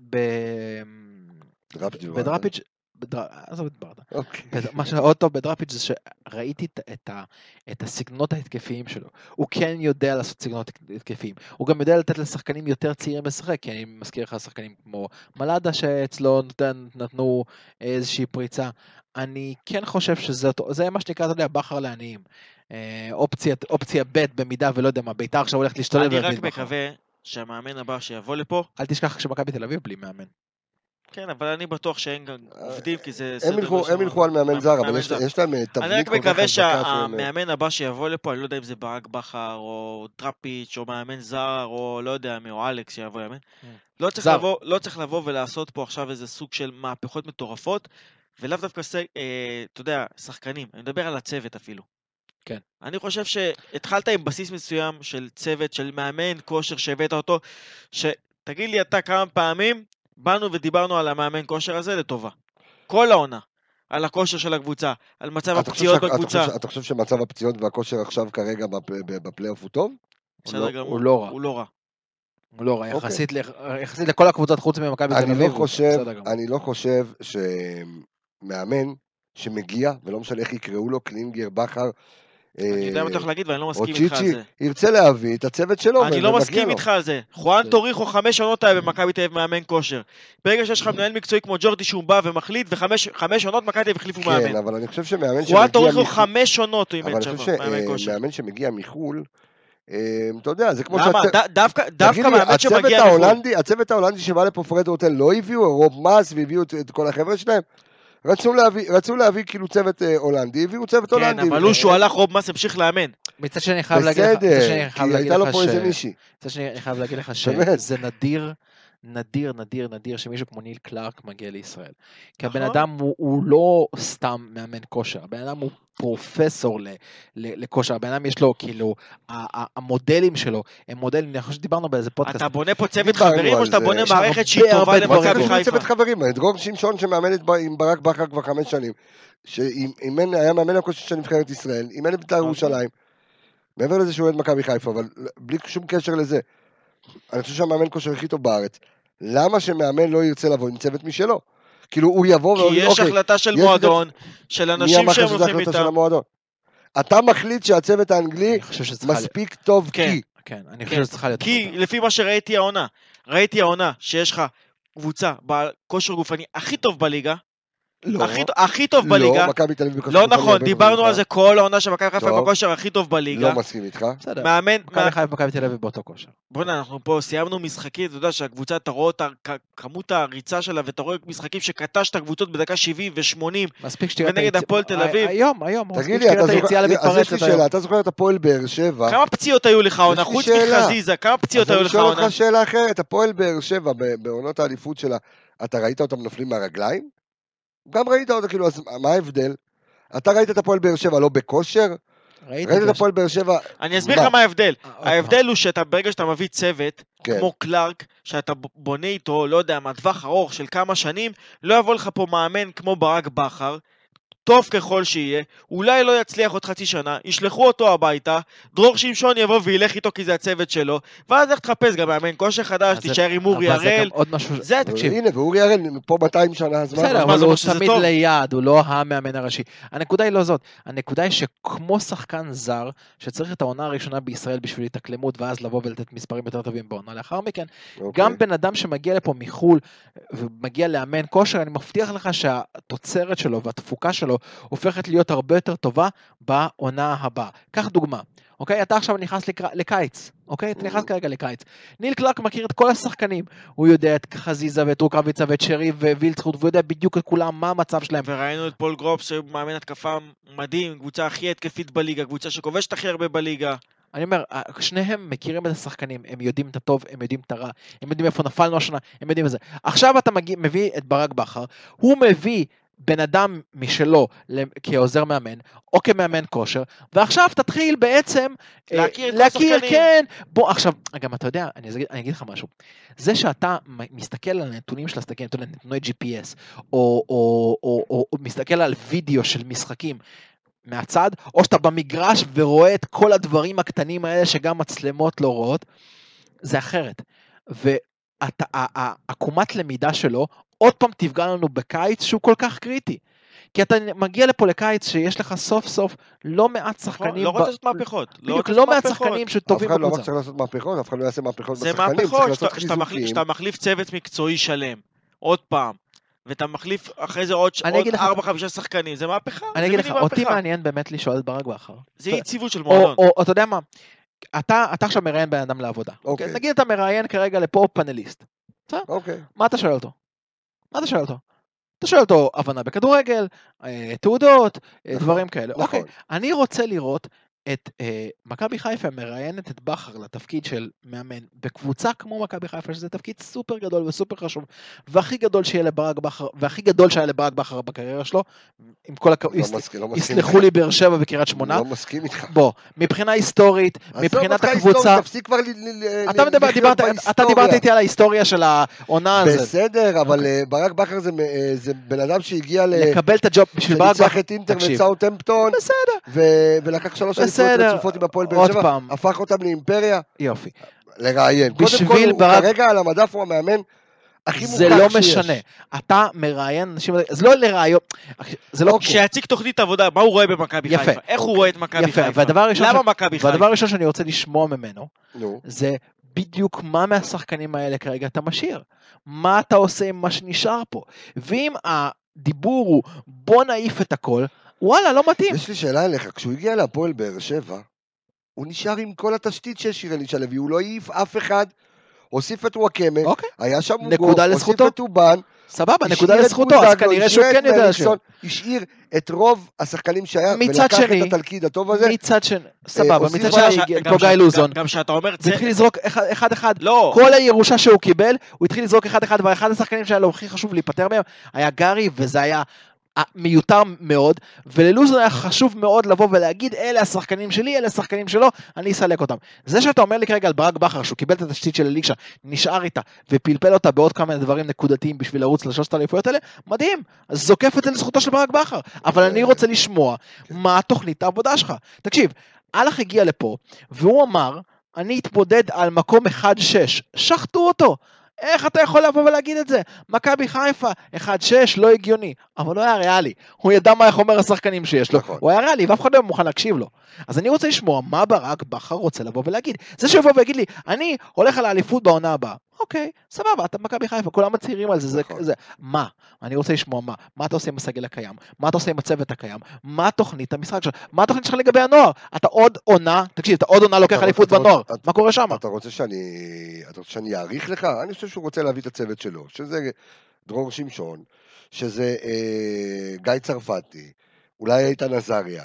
S4: בדראפיץ' עזוב את ברדה. מה שעוד טוב בדראפיץ' זה שראיתי את הסגנונות ההתקפיים שלו. הוא כן יודע לעשות סגנונות התקפיים. הוא גם יודע לתת לשחקנים יותר צעירים לשחק, כי אני מזכיר לך שחקנים כמו מלאדה שאצלו נתנו איזושהי פריצה. אני כן חושב שזה מה שנקרא, אתה יודע, בחר לעניים. אופציה ב' במידה ולא יודע מה, בית"ר עכשיו הולכת להשתולל.
S3: אני רק מקווה שהמאמן הבא שיבוא לפה...
S4: אל תשכח שמכבי תל אביב בלי מאמן.
S3: כן, אבל אני בטוח שאין גם עובדים, כי זה...
S1: הם ילכו על מאמן זר, אבל יש להם תבנית כל כך חזקה.
S3: אני רק מקווה שהמאמן הבא שיבוא לפה, אני לא יודע אם זה ברק בכר, או דראפיץ', או מאמן זר, או לא יודע מי, או אלכס שיבוא לאמן. לא צריך לבוא ולעשות פה עכשיו איזה סוג של מהפכות מטורפות, ולאו דווקא, אתה יודע, שחקנים. אני מדבר על הצוות אפילו.
S4: כן.
S3: אני חושב שהתחלת עם בסיס מסוים של צוות, של מאמן, כושר שהבאת אותו, שתגיד לי אתה כמה פעמים, באנו ודיברנו על המאמן כושר הזה לטובה. כל העונה. על הכושר של הקבוצה, על מצב הפציעות בקבוצה.
S1: אתה חושב שמצב הפציעות והכושר עכשיו כרגע בפלייאוף הוא טוב?
S3: הוא לא רע.
S4: הוא לא רע, יחסית לכל הקבוצות חוץ ממכבי תל אביב.
S1: אני לא חושב שמאמן שמגיע, ולא משנה איך יקראו לו, קלינגר, בכר,
S3: אני יודע מה אתה הולך להגיד, ואני לא מסכים איתך על זה.
S1: ירצה להביא את הצוות שלו.
S3: אני לא מסכים איתך על זה. חואן טוריחו 5 עונות היה במכבי תל אביב מאמן כושר. ברגע שיש לך מנהל מקצועי כמו ג'ורדי שהוא בא ומחליט, ו5 עונות מכבי תל אביב החליפו מאמן.
S1: כן, אבל אני חושב שמאמן
S3: חואן טוריחו 5 עונות הוא אימן שם מאמן כושר.
S1: מאמן שמגיע מחול, אתה יודע, זה כמו
S3: למה? דווקא מאמן שמגיע מחול.
S1: הצוות ההולנדי שבא לפה פרד רוטל לא הביאו, רוב מס והביאו את כל החבר'ה שלהם. רצו להביא כאילו צוות הולנדי, הביאו צוות הולנדי.
S3: כן, אבל הוא שהוא הלך רוב מס המשיך לאמן.
S4: מצד שאני חייב להגיד לך,
S1: בסדר, כי הייתה לו פה איזה מישהי.
S4: מצד שאני חייב להגיד לך שזה נדיר שמישהו כמו ניל קלארק מגיע לישראל. כי הבן אדם הוא לא סתם מאמן כושר, הבן אדם הוא פרופסור לכושר, הבן אדם יש לו כאילו, המודלים שלו, הם מודלים, אני חושב שדיברנו באיזה פודקאסט.
S3: אתה בונה פה צוות חברים או שאתה בונה מערכת שהיא טובה למכבי חיפה?
S1: צוות חברים, דרור שמשון שמאמנת עם ברק בכר כבר 5 שנים, שהיה מאמן הכושר של נבחרת ישראל, אימן בית"ר ירושלים, מעבר לזה שהוא אוהד מכבי חיפה, אבל בלי שום קשר לזה. אני חושב שהמאמן כושר הכי טוב בארץ. למה שמאמן לא ירצה לבוא עם צוות משלו? כאילו הוא יבוא
S3: כי יש החלטה של מועדון, של אנשים שהם הולכים איתם.
S1: אתה מחליט שהצוות האנגלי מספיק טוב כי.
S4: כן, אני חושב שצריכה להיות.
S3: כי לפי מה שראיתי העונה, שיש לך קבוצה בכושר גופני הכי טוב בליגה, הכי טוב בליגה. לא נכון, דיברנו על זה כל העונה שמכבי חיפה בכושר הכי טוב בליגה.
S1: לא מסכים איתך.
S3: מאמן
S4: מכבי חיפה מכבי תל אביב באותו כושר.
S3: בוא'נה, אנחנו פה סיימנו משחקים, אתה יודע שהקבוצה, אתה רואה את כמות הריצה שלה, ואתה רואה משחקים שקטש את הקבוצות בדקה 70 ו-80, ונגד הפועל תל אביב.
S4: היום.
S1: תגיד לי, אז יש לי שאלה, אתה זוכר את הפועל באר שבע?
S3: כמה פציעות היו לך עונה? חוץ מחזיזה, כמה פציעות היו לך עונה?
S1: אז אני שואל אותך שאלה אחרת, הפועל באר שבע בעונות האליפות שלה, אתה ראית אותם נופלים מהרגליים? גם ראית אותה, כאילו, אז מה ההבדל? אתה ראית את הפועל באר שבע לא בכושר? ראית את הפועל באר שבע...
S3: אני אסביר לך מה ההבדל. ההבדל הוא שאתה, ברגע שאתה מביא צוות, כמו קלארק, שאתה בונה איתו, לא יודע, מהטווח ארוך של כמה שנים, לא יבוא לך פה מאמן כמו ברק בכר, טוב ככל שיהיה, אולי לא יצליח עוד חצי שנה, ישלחו אותו הביתה, דרור שמשון יבוא וילך איתו כי זה הצוות שלו, ואז איך תחפש גם מאמן כושר חדש, תישאר עם אורי הראל,
S1: זה תקשיב. הנה, ואורי הראל פה 200 שנה,
S4: בסדר, אבל הוא תמיד ליד, הוא לא המאמן הראשי. הנקודה היא לא זאת, הנקודה היא שכמו שחקן זר, שצריך את העונה הראשונה בישראל בשביל התאקלמות, ואז לבוא ולתת מספרים יותר טובים בעונה לאחר מכן, גם בן אדם שמגיע לפה מחול, ומגיע לאמן כושר, אני מבטיח לך שהתוצרת שלו והתפוקה שלו הופכת להיות הרבה יותר טובה בעונה הבאה. קח דוגמה, אוקיי? אתה עכשיו נכנס לקיץ, אוקיי? אתה נכנס כרגע לקיץ. ניל קלארק מכיר את כל השחקנים. הוא יודע את חזיזה ואת רוקאביצה ואת שרי ווילצחוט, והוא יודע בדיוק את כולם מה המצב שלהם.
S3: וראינו את פול גרופס שמאמן התקפה מדהים, קבוצה הכי התקפית בליגה, קבוצה שכובשת הכי הרבה בליגה.
S4: אני אומר, שניהם מכירים את השחקנים, הם יודעים את הטוב, הם יודעים את הרע, הם יודעים איפה נפלנו השנה, הם יודעים את זה. עכשיו אתה מביא את ברק בכר, הוא מביא בן אדם משלו כעוזר מאמן, או כמאמן כושר, ועכשיו תתחיל בעצם להכיר, כן, בוא, עכשיו, גם אתה יודע, אני אגיד לך משהו, זה שאתה מסתכל על הנתונים של הסתכל, נתוני GPS, או מסתכל על וידאו של משחקים, מהצד, או שאתה במגרש ורואה את כל הדברים הקטנים האלה שגם מצלמות לא רואות, זה אחרת. והעקומת למידה שלו, עוד פעם תפגע לנו בקיץ שהוא כל כך קריטי. כי אתה מגיע לפה לקיץ שיש לך סוף סוף לא מעט שחקנים.
S3: לא רוצה לעשות מהפכות.
S4: לא מעט שחקנים שטובים
S1: בקבוצה. אף אחד לא צריך לעשות מהפכות, אף אחד לא יעשה מהפכות בשחקנים.
S3: זה מהפכות, שאתה מחליף צוות מקצועי שלם. עוד פעם. ואתה מחליף אחרי זה עוד 4-5 שחקנים, זה מהפכה.
S4: אני אגיד לך, אותי מעניין באמת לשאול את ברק בכר.
S3: זה יציבות של מועדון.
S4: או אתה יודע מה, אתה עכשיו מראיין בן אדם לעבודה. נגיד אתה מראיין כרגע לפה פאנליסט. מה אתה שואל אותו? אתה שואל אותו הבנה בכדורגל, תעודות, דברים כאלה. אוקיי, אני רוצה לראות את מכבי חיפה מראיינת את בכר לתפקיד של מאמן בקבוצה כמו מכבי חיפה, שזה תפקיד סופר גדול וסופר חשוב, והכי גדול שיהיה לברק בכר, והכי גדול שהיה לברק בכר בקריירה שלו, עם כל יסלחו לי באר שבע וקריית שמונה.
S1: לא מסכים איתך.
S4: בוא, מבחינה היסטורית, מבחינת הקבוצה, אתה דיברת איתי על ההיסטוריה של העונה הזאת.
S1: בסדר, אבל ברק בכר זה בן אדם שהגיע
S4: לקבל את הג'וב בשביל ברק בכר.
S1: וניצח את אינטר וסאות'המפטון, ולקח 3 רצופות עם הפועל באר שבע, הפך אותם לאימפריה.
S4: יופי.
S1: לראיין. קודם כל, הוא כרגע על המדף הוא המאמן הכי מוכח שיש.
S4: זה לא משנה. אתה מראיין אנשים, זה לא לראיון, זה לא...
S3: כשיציג תוכנית עבודה, מה הוא רואה במכבי חיפה? איך הוא רואה את מכבי חיפה? למה מכבי חיפה?
S4: והדבר הראשון שאני רוצה לשמוע ממנו, זה בדיוק מה מהשחקנים האלה כרגע אתה משאיר. מה אתה עושה עם מה שנשאר פה? ואם הדיבור הוא בוא נעיף את הכל, וואלה, לא מתאים.
S1: יש לי שאלה אליך, כשהוא הגיע להפועל באר שבע, הוא נשאר עם כל התשתית של שיר אלישע לוי, הוא לא העיף אף אחד, הוסיף את וואקמה, היה שם מוגו, הוסיף את אובן,
S4: סבבה, נקודה לזכותו, אז כנראה שהוא כן יודע לשאול.
S1: השאיר את רוב השחקנים שהיה, ולקח את התלכיד הטוב הזה.
S4: מצד שני, סבבה, מצד שני, כמו גיא לוזון,
S3: גם שאתה אומר,
S4: זה התחיל לזרוק אחד, כל הירושה שהוא קיבל, הוא התחיל לזרוק אחד, ואחד השחקנים שהיה לו הכי חשוב להיפטר מהם, היה גרי, וזה היה מיותר מאוד, וללוזון היה חשוב מאוד לבוא ולהגיד, אלה השחקנים שלי, אלה השחקנים שלו, אני אסלק אותם. זה שאתה אומר לי כרגע על ברק בכר, שהוא קיבל את התשתית של אלישע, נשאר איתה, ופלפל אותה בעוד כמה דברים נקודתיים בשביל לרוץ לשלושת האליפויות האלה, מדהים, אז זוקף את זה לזכותו של ברק בכר, אבל אני רוצה לשמוע מה תוכנית העבודה שלך. תקשיב, אלח הגיע לפה, והוא אמר, אני אתמודד על מקום 1-6, שחטו אותו. איך אתה יכול לבוא ולהגיד את זה? מכבי חיפה, 1-6, לא הגיוני, אבל לא היה ריאלי. הוא ידע מה איך אומר השחקנים שיש לו. הוא היה ריאלי, ואף אחד לא מוכן להקשיב לו. אז אני רוצה לשמוע מה ברק בכר רוצה לבוא ולהגיד. זה שיבוא ויגיד לי, אני הולך על האליפות בעונה הבאה. אוקיי, סבבה, אתה מכבי חיפה, כולם מצהירים על זה, זה. מה? אני רוצה לשמוע מה. מה אתה עושה עם הסגל הקיים? מה אתה עושה עם הצוות הקיים? מה תוכנית המשחק שלך? מה התוכנית שלך לגבי הנוער? אתה עוד עונה, תקשיב, אתה עוד עונה לוקח אליפות בנוער. מה קורה שם?
S1: אתה רוצה שאני אעריך לך? אני חושב שהוא רוצה להביא את הצוות שלו, שזה דרור שמשון, שזה גיא צרפתי, אולי איתן עזריה,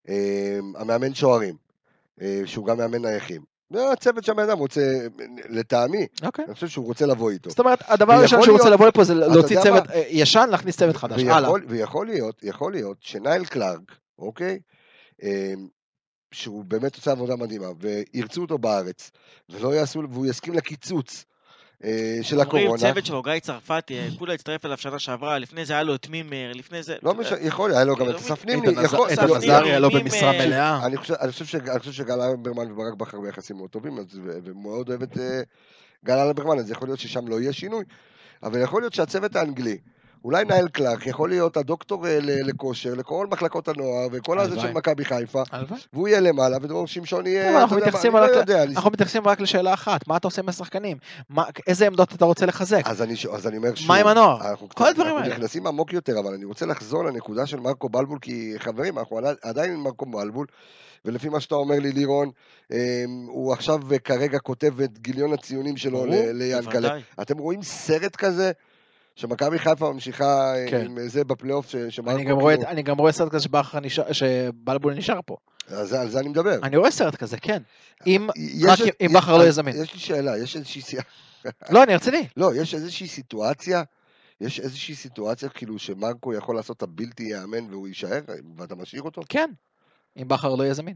S1: המאמן שוערים, שהוא גם מאמן נייחים. הצוות שהאדם רוצה, לטעמי, אני חושב שהוא רוצה לבוא איתו.
S4: זאת אומרת, הדבר הראשון שהוא רוצה לבוא לפה זה להוציא צוות ישן, להכניס צוות חדש.
S1: ויכול להיות שנייל קלארק, אוקיי, שהוא באמת עושה עבודה מדהימה, וירצו אותו בארץ, והוא יסכים לקיצוץ של הקורונה.
S3: אומרים צוות שלו, גיא צרפתי, כולה הצטרף אליו שנה שעברה, לפני זה היה לו את מימר, לפני זה...
S1: לא משנה, יכול, היה לו גם את אסף נימני.
S4: את עזריה לא במשרה מלאה.
S1: אני חושב שגל אלברמן וברק בכר ביחסים מאוד טובים, ומאוד אוהב את גל אלברמן, אז יכול להיות ששם לא יהיה שינוי, אבל יכול להיות שהצוות האנגלי, אולי נאל קלארק, יכול להיות הדוקטור לכושר, לכל מחלקות הנוער, וכל הזה של מכבי חיפה, והוא יהיה למעלה, ודרור שמשון יהיה,
S4: אנחנו מתייחסים רק לשאלה אחת, מה אתה עושה עם השחקנים? איזה עמדות אתה רוצה לחזק?
S1: אז אני אומר שוב,
S4: מה עם הנוער? כל הדברים האלה.
S1: אנחנו נכנסים עמוק יותר, אבל אני רוצה לחזור לנקודה של מרקו בלבול, כי חברים, אנחנו עדיין עם מרקו בלבול, ולפי מה שאתה אומר לי, לירון, הוא עכשיו כרגע כותב את גיליון הציונים שלו ליאנקלה. אתם רואים סרט כזה? שמכבי חיפה ממשיכה עם זה בפלייאוף
S4: אני גם רואה סרט כזה שבלבול נשאר פה.
S1: אז על זה אני מדבר.
S4: אני רואה סרט כזה, כן. אם בכר לא יזמין.
S1: יש לי שאלה, יש איזושהי...
S4: לא, אני ארציני.
S1: לא, יש איזושהי סיטואציה כאילו שמרקו יכול לעשות את הבלתי יאמן והוא יישאר ואתה משאיר אותו?
S4: כן, אם בכר לא יזמין.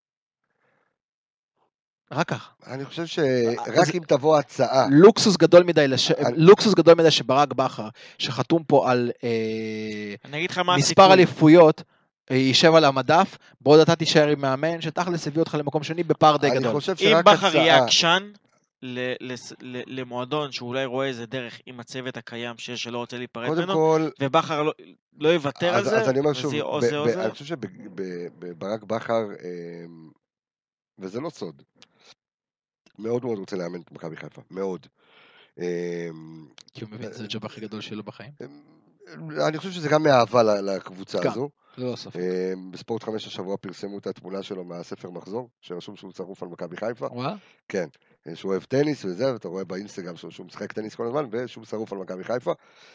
S4: רק כך.
S1: אני חושב שרק אם תבוא הצעה.
S4: לוקסוס גדול מדי שברק בכר, שחתום פה על מספר אליפויות, יישב על המדף, בעוד אתה תישאר עם מאמן, שתכלס הביא אותך למקום שני בפער די גדול.
S3: אם בכר יהיה עקשן למועדון שאולי רואה איזה דרך עם הצוות הקיים שלא רוצה להיפרד ממנו, ובכר לא יוותר על זה,
S1: אז אני אומר שוב, אני חושב שברק בכר, וזה לא סוד, מאוד מאוד רוצה לאמן את מכבי חיפה, מאוד.
S4: כי הוא מבין, זה הג'וב הכי גדול שלו בחיים.
S1: אני חושב שזה גם מאהבה לקבוצה הזו.
S4: לא ספק.
S1: בספורט 5 השבוע פרסמו את התמונה שלו מהספר מחזור, שרשום שהוא צרוף על מכבי חיפה.
S4: וואו?
S1: כן, שהוא אוהב טניס וזה, ואתה רואה באינסטגרם שהוא משחק טניס כל הזמן, ושהוא צרוף על מכבי חיפה.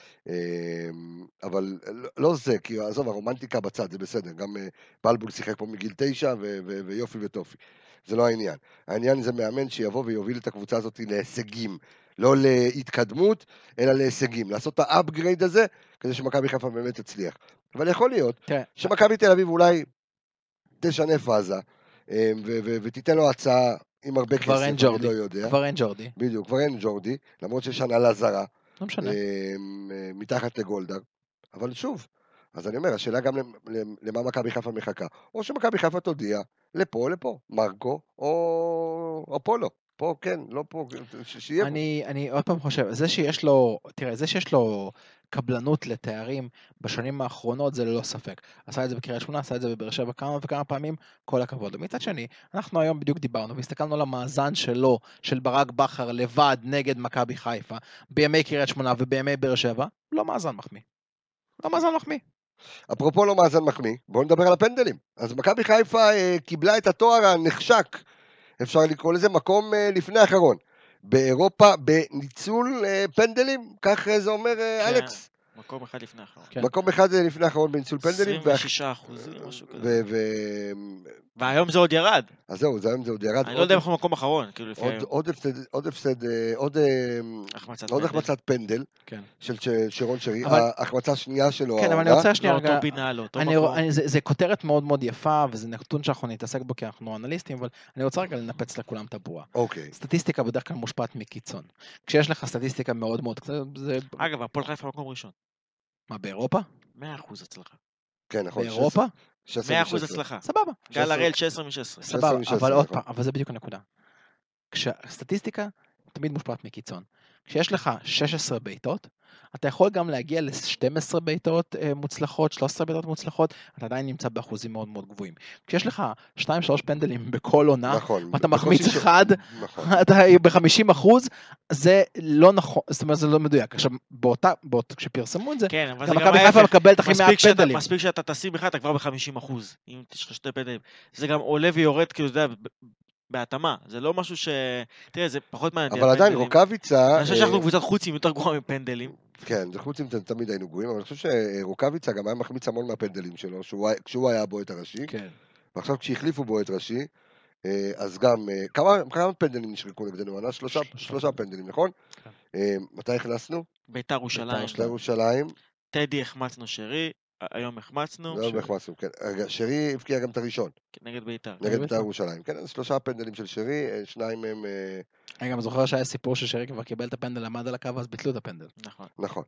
S1: אבל לא זה, כי עזוב, הרומנטיקה בצד, זה בסדר. גם בלבול שיחק פה מגיל 9, ויופי וטופי. זה לא העניין. העניין זה מאמן שיבוא ויוביל את הקבוצה הזאת להישגים. לא להתקדמות, אלא להישגים. לעשות את האפגרייד הזה, כדי שמכבי חיפה באמת תצליח. אבל יכול להיות שמכבי תל אביב אולי תשנה פאזה, ותיתן לו הצעה עם הרבה כסף, אני לא יודע.
S4: כבר אין ג'ורדי.
S1: בדיוק, כבר אין ג'ורדי, למרות שיש הנהלה זרה.
S4: לא משנה.
S1: מתחת לגולדהר. אבל שוב, אז אני אומר, השאלה גם למה מכבי חיפה מחכה. או שמכבי חיפה תודיע, לפה, מרקו, או פה לא. פה כן, לא פה, שיהיה פה.
S4: אני עוד פעם חושב, זה שיש לו, תראה, זה שיש לו קבלנות לתארים בשנים האחרונות, זה ללא ספק. עשה את זה בקריית שמונה, עשה את זה בבאר שבע כמה וכמה פעמים, כל הכבוד. ומצד שני, אנחנו היום בדיוק דיברנו, והסתכלנו על המאזן שלו, של ברק בכר, לבד נגד מכבי חיפה, בימי קריית שמונה ובימי באר שבע, לא מאזן מחמיא. לא מאזן מחמיא.
S1: אפרופו לא מאזן מחמיא, בואו נדבר על הפנדלים. אז מכבי חיפה קיבלה את התואר הנחשק, אפשר לקרוא לזה מקום לפני האחרון. באירופה, בניצול פנדלים, כך זה אומר אלכס.
S3: מקום אחד לפני האחרון.
S1: מקום אחד לפני האחרון בניצול פנדלים.
S3: 26%, משהו כזה. והיום זה עוד ירד.
S1: אז זהו, היום זה עוד ירד.
S3: אני לא יודע איך הוא מקום אחרון.
S1: עוד הפסד, עוד החמצת פנדל, של שרון שרי, ההחמצה השנייה שלו.
S4: כן, אבל אני רוצה שנייה
S3: רגע,
S4: זה כותרת מאוד מאוד יפה, וזה נתון שאנחנו נתעסק בו כי אנחנו אנליסטים, אבל אני רוצה רגע לנפץ לכולם את הבועה. סטטיסטיקה בדרך כלל מושפעת מקיצון. כשיש לך סטטיסטיקה מאוד מאוד קצת, זה...
S3: אגב, הפועל חיפה מקום ראשון.
S4: מה, באירופה?
S3: 100% הצלחה.
S1: כן, נכון.
S4: באירופה?
S3: 100% הצלחה.
S4: סבבה.
S3: גל הראל 16 מ-16.
S4: סבבה, אבל עוד פעם, אבל זה בדיוק הנקודה. כשהסטטיסטיקה תמיד מושפעת מקיצון. כשיש לך 16 בעיטות, אתה יכול גם להגיע ל-12 בעיטות מוצלחות, 13 בעיטות מוצלחות, אתה עדיין נמצא באחוזים מאוד מאוד גבוהים. כשיש לך 2-3 פנדלים בכל עונה, ואתה מחמיץ אחד, אתה ב-50%, זה לא נכון, זאת אומרת, זה לא מדויק. עכשיו, כשפרסמו את זה, גם מכבי חיפה מקבלת הכי מעט פנדלים.
S3: מספיק שאתה תשים אחד, אתה כבר ב-50%, אם יש לך 2 פנדלים. זה גם עולה ויורד, כאילו, אתה יודע, בהתאמה, זה לא משהו ש... תראה, זה פחות מעניין.
S1: אבל עדיין רוקאביצה...
S3: אני חושב שאנחנו קבוצת חוצים יותר גרועה מפנדלים.
S1: כן, זה חוצים תמיד היינו גרועים, אבל אני חושב שרוקאביצה גם היה מחמיץ המון מהפנדלים שלו, כשהוא היה בועט הראשי, ועכשיו כשהחליפו בועט ראשי, אז גם, כמה פנדלים נשרקו נגדנו? 3 פנדלים, נכון? מתי הכנסנו?
S3: ביתר ירושלים.
S1: ביתר ירושלים.
S3: טדי החמצנו שרי, היום החמצנו.
S1: היום החמצנו, כן. רגע, שרי הבקיע גם את הראשון.
S3: נגד בית"ר.
S1: נגד בית"ר ירושלים. כן, 3 פנדלים של שרי, 2 מהם...
S4: אני גם זוכר שהיה סיפור ששרי כבר קיבל את הפנדל, עמד על הקו, אז ביטלו את הפנדל.
S3: נכון.
S1: נכון.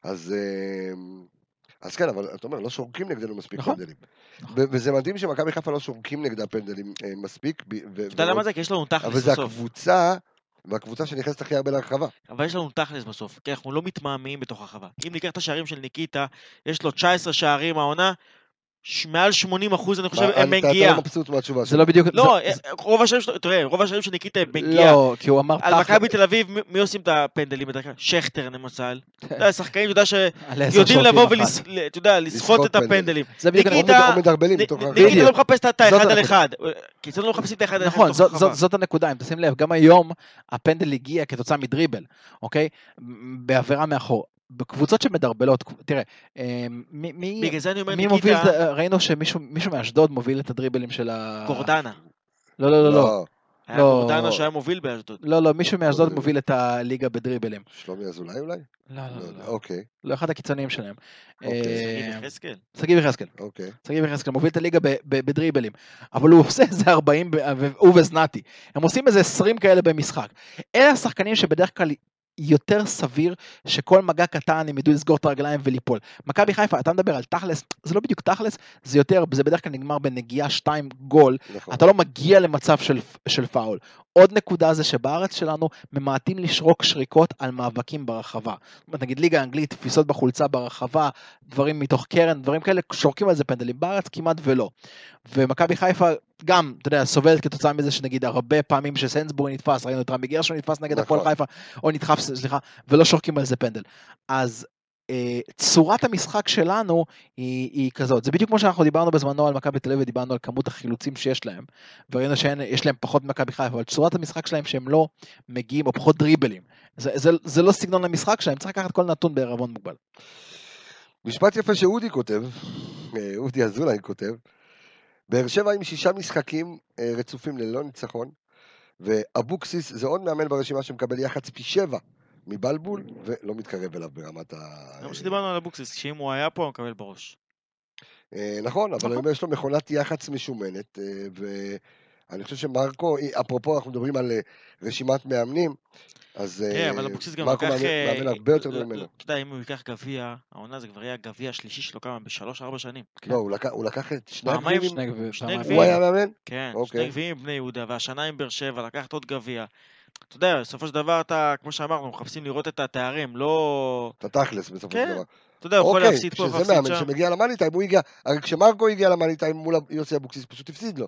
S1: אז כן, אבל אתה אומר, לא שורקים נגדנו מספיק פנדלים. וזה מדהים שמכבי חיפה לא שורקים נגדה פנדלים מספיק.
S3: אתה יודע למה זה? כי יש לנו תכלס בסוף.
S1: אבל זה הקבוצה, והקבוצה שנכנסת הכי הרבה להרחבה.
S3: אבל יש לנו תכלס בסוף, כי אנחנו לא מתמהמים בתוך הרחבה. אם ניקח את השערים של ניקיטה, יש לו 19 שערים העונה, מעל 80% אני חושב הם מגיע.
S1: אתה מבסוט מהתשובה
S4: זה לא בדיוק...
S3: לא, רוב השערים של ניקיטה הם מגיע.
S4: לא, כי הוא אמר...
S3: על מכבי תל אביב, מי עושים את הפנדלים בדרך כלל? שכטר למשל. שחקנים, אתה יודע שיודעים לבוא ולסחוט את הפנדלים.
S1: ניקיטה...
S3: ניקיטה לא מחפש את האחד על אחד. כי זה לא מחפשים את האחד על אחד.
S4: נכון, זאת הנקודה. אם תשים לב, גם היום הפנדל הגיע כתוצאה מדריבל, אוקיי? בעבירה מאחור. בקבוצות שמדרבלות, תראה, מי מוביל, ראינו שמישהו מאשדוד מוביל את הדריבלים של
S3: גורדנה.
S4: לא.
S3: היה גורדנה שהיה מוביל באשדוד.
S4: לא, מישהו מאשדוד מוביל את הליגה בדריבלים.
S1: שלומי אזולאי אולי?
S4: לא.
S1: אוקיי.
S4: לא אחד הקיצוניים שלהם.
S3: שגיב
S4: יחזקאל. שגיב יחזקאל מוביל את הליגה בדריבלים. אבל הוא עושה איזה 40, הוא וזנתי. הם עושים איזה 20 כאלה במשחק. אלה השחקנים שבדרך כלל יותר סביר שכל מגע קטן הם ידעו לסגור את הרגליים וליפול. מכבי חיפה, אתה מדבר על תכלס, זה לא בדיוק תכלס, זה בדרך כלל נגמר בנגיעה 2 גול, אתה לא מגיע למצב של פאול. עוד נקודה זה שבארץ שלנו ממעטים לשרוק שריקות על מאבקים ברחבה. נגיד ליגה האנגלית, תפיסות בחולצה ברחבה, דברים מתוך קרן, דברים כאלה, שורקים על זה פנדלים. בארץ כמעט ולא. ומכבי חיפה גם, אתה יודע, סובלת כתוצאה מזה שנגיד הרבה פעמים שסנסבורי נתפס, ראינו את רמי גרשון נתפס נגד הפועל חיפה, או נדחף, סליחה, ולא שורקים על זה פנדל. אז צורת המשחק שלנו היא כזאת, זה בדיוק כמו שאנחנו דיברנו בזמנו על מכבי תל אביב, ודיברנו על כמות החילוצים שיש להם, וראינו שיש להם פחות מכבי חיפה, אבל צורת המשחק שלהם שהם לא מגיעים, או פחות דריבלים, זה לא סגנון המשחק שלהם, צריך לקחת כל נתון בערבון מוגבל.
S1: משפט יפה שאודי כותב, אודי אזולאי כותב, באר שבע עם 6 משחקים רצופים ללא ניצחון, ואבוקסיס זה עוד מאמן ברשימה שמקבל יחץ פי 7 מבלבול, ולא מתקרב אליו ברמת
S3: גם שדיברנו על אבוקסיס, שאם הוא היה פה הוא מקבל בראש.
S1: נכון, אבל יש לו מכונת יחץ משומנת, ואני חושב שמרקו, אפרופו אנחנו מדברים על רשימת מאמנים, אז מרקו מאמן הרבה יותר ממנו.
S3: אתה יודע, אם הוא ייקח גביע, העונה זה כבר יהיה הגביע השלישי שלו כמה ב3-4 שנים.
S1: לא, הוא לקח את שני גביעים,
S3: הוא
S1: היה מאמן?
S3: כן, 2 גביעים בני יהודה, והשנה עם באר שבע, לקחת עוד גביע. אתה יודע, בסופו של דבר אתה, כמו שאמרנו, מחפשים לראות את התארים, לא...
S1: את התכלס בסופו של דבר.
S3: אתה יודע, הוא יכול להפסיד פה,
S1: להפסיד שם. שזה מאמן שמגיע למאניטיים, הוא הגיע, הרי כשמרקו הגיע למאניטיים מול יוסי אבוקסיס, פשוט הפסיד לו.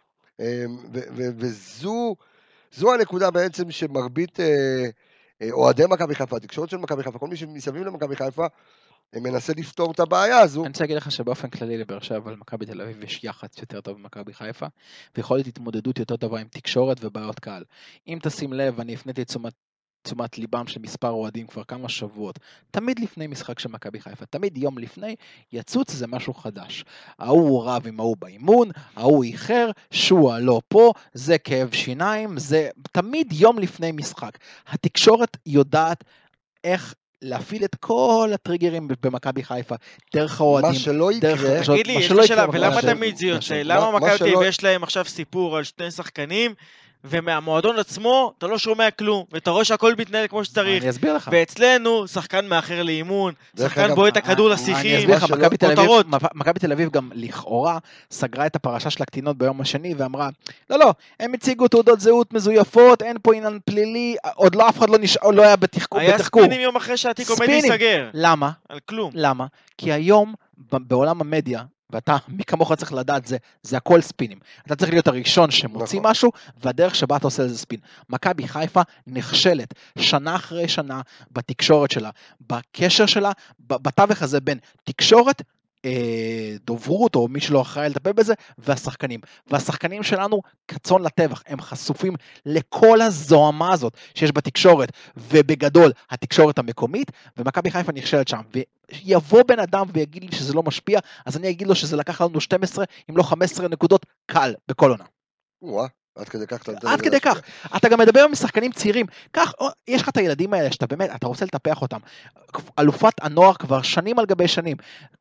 S1: וזו הנקודה בעצם שמרבית אוהדי מכבי חיפה, התקשורת של מכבי חיפה, כל מי שמסביב למכבי חיפה, מנסה לפתור את הבעיה הזו.
S4: אני רוצה להגיד לך שבאופן כללי לבאר שבע, למכבי תל אביב יש יח"צ יותר טוב במכבי חיפה, ויכולת התמודדות יותר טובה עם תקשורת ובעיות קהל. אם תשים לב, אני הפניתי תשומת ליבם של מספר אוהדים כבר כמה שבועות, תמיד לפני משחק של מכבי חיפה, תמיד יום לפני, יצוץ זה משהו חדש. ההוא רב עם ההוא באימון, ההוא איחר, שועה לא פה, זה כאב שיניים, זה תמיד יום לפני משחק. התקשורת יודעת איך להפעיל את כל הטריגרים במכבי חיפה, דרך האוהדים.
S1: מה שלא יקרה.
S3: תגיד לי, יש לי שאלה, ולמה תמיד זה יוצא? למה מכבי תל אביב יש להם עכשיו סיפור על 2 שחקנים, ומהמועדון עצמו אתה לא שומע כלום, ואתה רואה שהכל מתנהל כמו שצריך.
S4: אני אסביר לך.
S3: ואצלנו, שחקן מאחר לאימון, שחקן בועט הכדור לשיחים.
S4: אני אסביר לך, מכבי תל אביב גם לכאורה סגרה את הפרשה של הקטינות ביום השני, ואמרה, לא, הם הציגו תעודות זהות מזויפות, אין פה עניין פלילי, עוד לא אף אחד לא היה בתחקור.
S3: היה ספינים יום אחרי שהתיק עומד להיסגר.
S4: למה?
S3: על כלום.
S4: למה? כי היום, בעולם המדיה, ואתה, מי כמוך צריך לדעת, זה הכל ספינים. אתה צריך להיות הראשון שמוציא משהו, והדרך שבה אתה עושה לזה ספין. מכבי חיפה נכשלת שנה אחרי שנה בתקשורת שלה, בקשר שלה, בתווך הזה בין תקשורת, דוברות או מי שלא אחראי לטפל בזה, והשחקנים שלנו קצון לטבח, הם חשופים לכל הזוהמה הזאת שיש בתקשורת, ובגדול התקשורת המקומית, ומכבי חיפה נכשלת שם, ויבוא בן אדם ויגיד לי שזה לא משפיע, אז אני אגיד לו שזה לקח לנו 12 אם לא 15 נקודות קל בכל עונה.
S1: עד כדי כך.
S4: עד כדי כך. אתה גם מדבר עם שחקנים צעירים. כך, יש לך את הילדים האלה שאתה באמת, אתה רוצה לטפח אותם. אלופת הנוער כבר שנים על גבי שנים.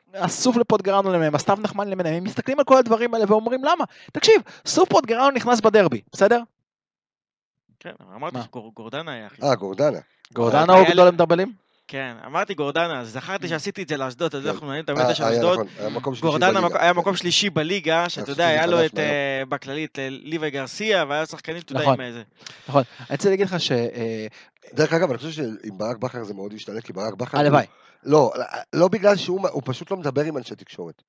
S4: אסוף לפוטגרנו למיהם, הסתיו נחמן למיהם, הם מסתכלים על כל הדברים האלה ואומרים למה? תקשיב, סוף פוטגרנו נכנס בדרבי, בסדר?
S3: כן, אמרתי גורדנה היה אחי.
S1: גורדנה.
S4: גורדנה הוא גדול למדרבלים?
S3: כן, אמרתי גורדנה, אז זכרתי שעשיתי את זה לאשדוד, אז אנחנו נהנים את המדע של אשדוד.
S1: גורדנה
S3: היה מקום שלישי בליגה, שאתה יודע, היה לו את, בכללית, ליווי גרסיה, והיה שחקנים, אתה יודע, עם איזה.
S4: נכון, אני רוצה להגיד לך ש...
S1: דרך אגב, אני חושב שעם ברק בכר זה מאוד השתנה, כי ברק בכר...
S4: הלוואי.
S1: לא בגלל שהוא פשוט לא מדבר עם אנשי תקשורת.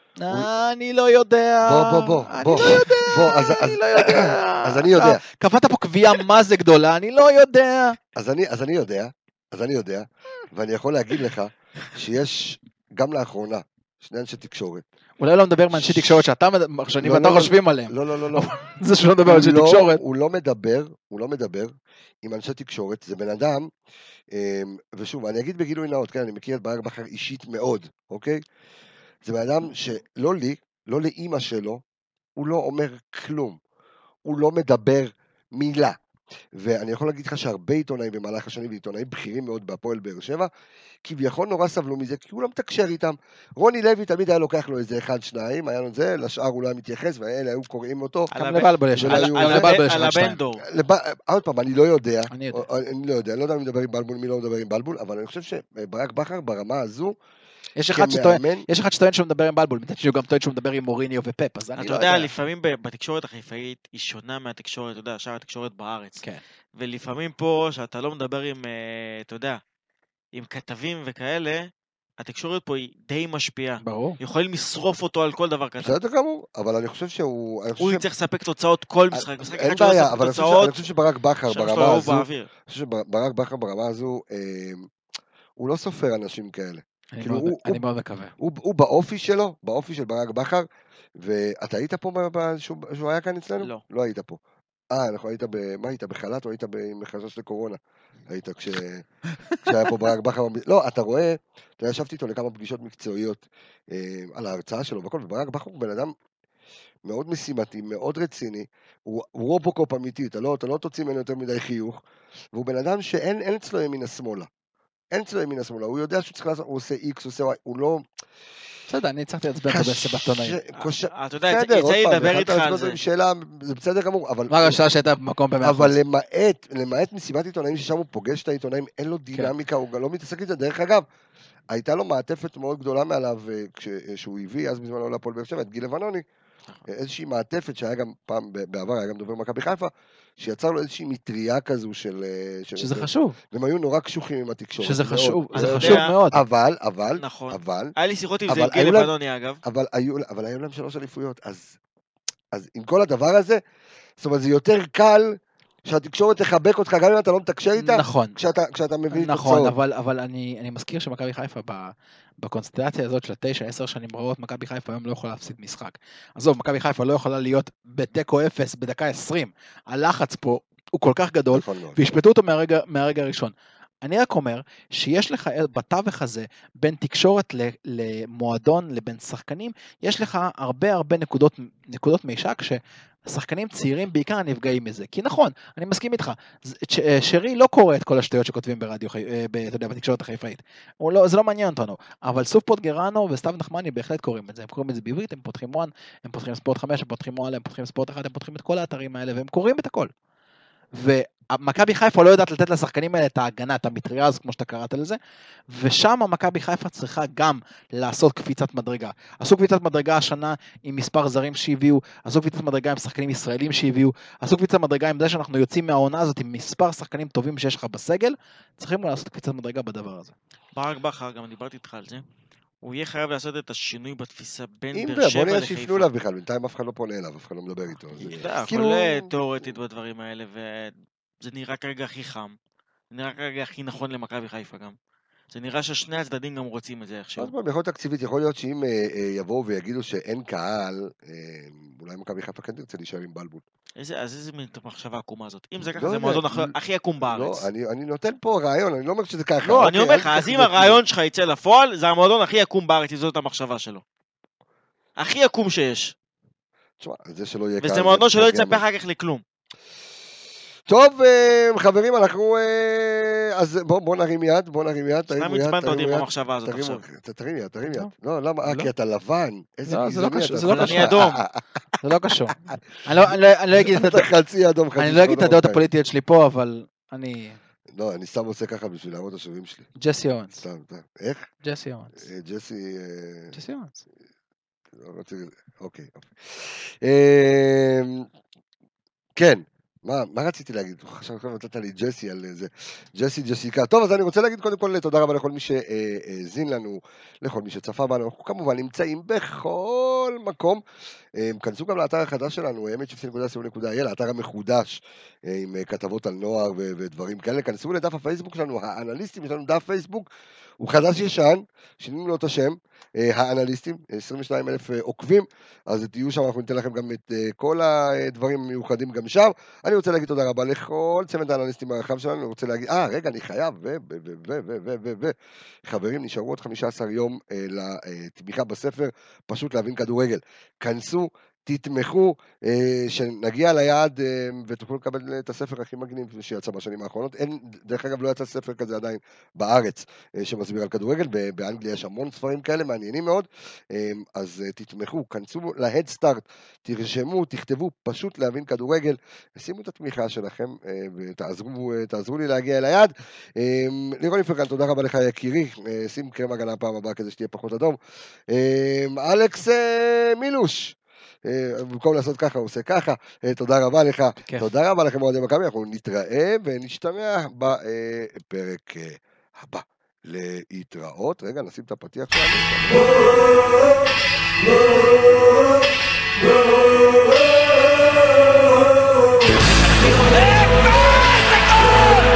S4: אני לא יודע.
S1: בוא.
S4: אני לא יודע.
S1: אז אני יודע.
S4: קבעת פה קביעה מה זה גדולה, אני לא יודע.
S1: אז אני יודע, ואני יכול להגיד לך שיש גם לאחרונה שני אנשי תקשורת.
S4: אולי לא מדבר מאנשי תקשורת שאני ואתה חושבים עליהם.
S1: לא.
S4: זה שלא מדבר מאנשי תקשורת.
S1: הוא לא מדבר עם אנשי תקשורת, זה בן אדם, ושוב, אני אגיד בגילוי נאות, כן, אני מכיר את ברק בכר אישית מאוד, אוקיי? זה בן אדם שלא לי, לא לאמא שלו, הוא לא אומר כלום. הוא לא מדבר מילה. ואני יכול להגיד לך שהרבה עיתונאים במהלך השנים, ועיתונאים בכירים מאוד בהפועל באר שבע, כביכול נורא סבלו מזה, כי הוא לא מתקשר איתם. רוני לוי תמיד היה לוקח לו איזה 1-2, היה לו זה, לשאר הוא לא היה מתייחס, ואלה היו קוראים אותו.
S4: גם לבלבול יש 1-2.
S1: עוד פעם, אני לא יודע, אני לא יודע אם מדבר עם בלבול, מי לא מדבר עם בלבול, אבל אני חושב שברק בכר ברמה הזו,
S4: יש אחד שטוען שהוא מדבר עם בלבול, מצד שהוא גם טוען שהוא מדבר עם מוריניו ופפ, אז אני לא יודע.
S3: אתה יודע, לפעמים בתקשורת החיפאית היא שונה מהתקשורת, אתה יודע, שאר התקשורת בארץ.
S4: כן.
S3: ולפעמים פה, שאתה לא מדבר עם, אתה יודע, עם כתבים וכאלה, התקשורת פה היא די משפיעה.
S4: ברור.
S3: יכולים לשרוף אותו על כל דבר קטן.
S1: בסדר גמור, אבל אני חושב שהוא...
S3: הוא יצטרך לספק תוצאות כל משחק.
S1: אין בעיה, אבל אני חושב שברק בכר ברמה הזו... אני חושב שברק בכר ברמה הזו, הוא לא סופר אנשים כאלה.
S4: אני מאוד מקווה.
S1: הוא באופי שלו, באופי של ברק בכר, ואתה היית פה שהוא היה כאן אצלנו?
S3: לא.
S1: לא היית פה. אנחנו היית מה היית, בחל"ת או היית בחשש לקורונה? היית כשהיה פה ברק בכר, לא, אתה רואה, אתה ישבתי איתו לכמה פגישות מקצועיות על ההרצאה שלו והכל, וברק בכר הוא בן אדם מאוד משימתי, מאוד רציני, הוא רובוקופ אמיתי, אתה לא תוציא ממנו יותר מדי חיוך, והוא בן אדם שאין אצלו ימין השמאלה. אין אצלו ימין השמאלה, הוא יודע שהוא צריך לעשות, הוא עושה X, הוא עושה Y, הוא לא...
S4: בסדר, אני הצלחתי להצביע אותו בסבתונאים.
S3: אתה יודע, יצא לי לדבר איתך על זה.
S1: זה בסדר גמור, אבל...
S4: מה השאלה שהייתה במקום ב-100%?
S1: אבל למעט מסיבת עיתונאים ששם הוא פוגש את העיתונאים, אין לו דינמיקה, הוא גם לא מתעסק את זה. דרך אגב, הייתה לו מעטפת מאוד גדולה מעליו, כשהוא הביא, אז בזמנו להפועל באר שבע, את גיל לבנוני, איזושהי מעטפת שהיה גם פעם בעבר, היה גם דובר מכבי חיפה, שיצר לו איזושהי מטריה כזו של...
S4: שזה חשוב.
S1: והם היו נורא קשוחים עם התקשורת.
S4: שזה חשוב, זה חשוב מאוד.
S1: אבל...
S3: נכון. היה לי שיחות עם זה עם גיל לבנוני אגב.
S1: אבל היו להם 3 אליפויות, אז עם כל הדבר הזה, זאת אומרת, זה יותר קל שהתקשורת תחבק אותך, גם אם אתה לא מתקשר איתה,
S4: נכון.
S1: כשאתה מביא תוצאות.
S4: נכון, אבל אני מזכיר שמכבי חיפה בקונסטלציה הזאת של 9-10 שנים רעות, מכבי חיפה היום לא יכולה להפסיד משחק. עזוב, מכבי חיפה לא יכולה להיות בתיקו 0 בדקה 20. הלחץ פה הוא כל כך גדול, והשפטו אותו מהרגע הראשון. אני רק אומר שיש לך בתווך הזה, בין תקשורת למועדון, לבין שחקנים, יש לך הרבה נקודות מישק ששחקנים צעירים בעיקר נפגעים מזה. כי נכון, אני מסכים איתך, שרי לא קורא את כל השטויות שכותבים ברדיו, אתה יודע, בתקשורת החיפאית. זה לא מעניין אותנו, אבל סוף פוטגרנו וסתיו נחמני בהחלט קוראים את זה. הם קוראים את זה בעברית, הם פותחים 1, הם פותחים ספורט 5, הם פותחים וואלה, הם פותחים ספורט 1, הם פותחים את כל האתרים האלה, והם קוראים את הכל. ומכבי חיפה לא יודעת לתת לשחקנים האלה את ההגנה, את המטריה הזו, כמו שאתה קראת לזה, ושם מכבי חיפה צריכה גם לעשות קפיצת מדרגה. עשו קפיצת מדרגה השנה עם מספר זרים שהביאו, עשו קפיצת מדרגה עם שחקנים ישראלים שהביאו, עשו קפיצת מדרגה עם זה שאנחנו יוצאים מהעונה הזאת עם מספר שחקנים טובים שיש לך בסגל, צריכים לעשות קפיצת מדרגה בדבר הזה.
S3: ברק בכר, גם דיברתי איתך על זה, הוא יהיה חייב לעשות את השינוי בתפיסה בין באר שבע לחיפה.
S1: בוא נראה שיפנו אליו בכלל, בינתיים אף אחד לא פונה אליו, אף אחד לא מדבר איתו.
S3: הכל תיאורטית בדברים האלה, וזה נראה כרגע הכי חם, זה נראה כרגע הכי נכון למכבי חיפה גם. זה נראה ששני הצדדים גם רוצים את זה איכשהו.
S1: אז יכול להיות תקציבית, יכול להיות שאם יבואו ויגידו שאין קהל, אולי מכבי חיפה כן תרצה להישאר עם בלבול.
S3: אז איזה מין מחשבה עקומה הזאת? אם זה ככה, זה מועדון הכי עקום בארץ.
S1: לא, אני נותן פה רעיון, אני לא אומר שזה ככה.
S3: לא, אני אומר לך, אז אם הרעיון שלך יצא לפועל, זה המועדון הכי עקום בארץ, זאת המחשבה שלו. הכי עקום שיש.
S1: תשמע, זה שלא יהיה קהל.
S3: וזה מועדון שלא יצפה אחר כך לכלום.
S1: טוב, חברים, אנחנו... אז בוא נרים יד,
S3: סתם עצבנת אותי עם המחשבה הזאת עכשיו.
S1: תרים יד. לא, למה? כי אתה לבן. איזה
S4: גזעני אתה.
S3: זה לא קשור. אני אדום.
S4: זה לא קשור. אני לא אגיד את הדעות הפוליטיות שלי פה, אבל אני...
S1: לא, אני סתם עושה ככה בשביל להראות את השובים שלי.
S4: ג'סי אורנס.
S1: איך?
S4: ג'סי אורנס.
S1: ג'סי
S4: אורנס.
S1: אוקיי. כן. מה רציתי להגיד? עכשיו נתת לי ג'סי על זה. ג'סיקה. טוב, אז אני רוצה להגיד קודם כל תודה רבה לכל מי שהזין לנו, לכל מי שצפה בנו. אנחנו כמובן נמצאים בכל מקום. כנסו גם לאתר החדש שלנו, mhfc.co.il, האתר המחודש, עם כתבות על נוער ודברים כאלה. כנסו לדף הפייסבוק שלנו, האנליסטים, יש לנו דף פייסבוק, הוא חדש ישן, שינינו לו את השם, האנליסטים, 22,000 עוקבים, אז תהיו שם, אנחנו ניתן לכם גם את כל הדברים המיוחדים גם שם. אני רוצה להגיד תודה רבה לכל צמד האנליסטים הרחב שלנו, אני רוצה להגיד, רגע, אני חייב, חברים, נשארו עוד 15 יום לתמיכה בספר, פשוט להבין כדורגל. כנסו, תתמכו, שנגיע ליעד ותוכלו לקבל את הספר הכי מגניב שיצא בשנים האחרונות. דרך אגב לא יצא ספר כזה עדיין בארץ שמסביר על כדורגל, באנגליה יש המון ספרים כאלה מעניינים מאוד, אז תתמכו, כנסו להד סטארט, תרשמו, תכתבו, פשוט להבין כדורגל, שימו את התמיכה שלכם ותעזרו לי להגיע ליעד. לירון יפרגן, תודה רבה לך יקירי, שים קרם הגנה הפעם הבאה כדי שתהיה פחות אדום. אלכס מילוש, במקום לעשות ככה, הוא עושה ככה, תודה רבה לך, תודה רבה לכם אוהדי מכבי, אנחנו נתראה ונשתמע בפרק הבא. להתראות, רגע נשים את הפתיח שלנו.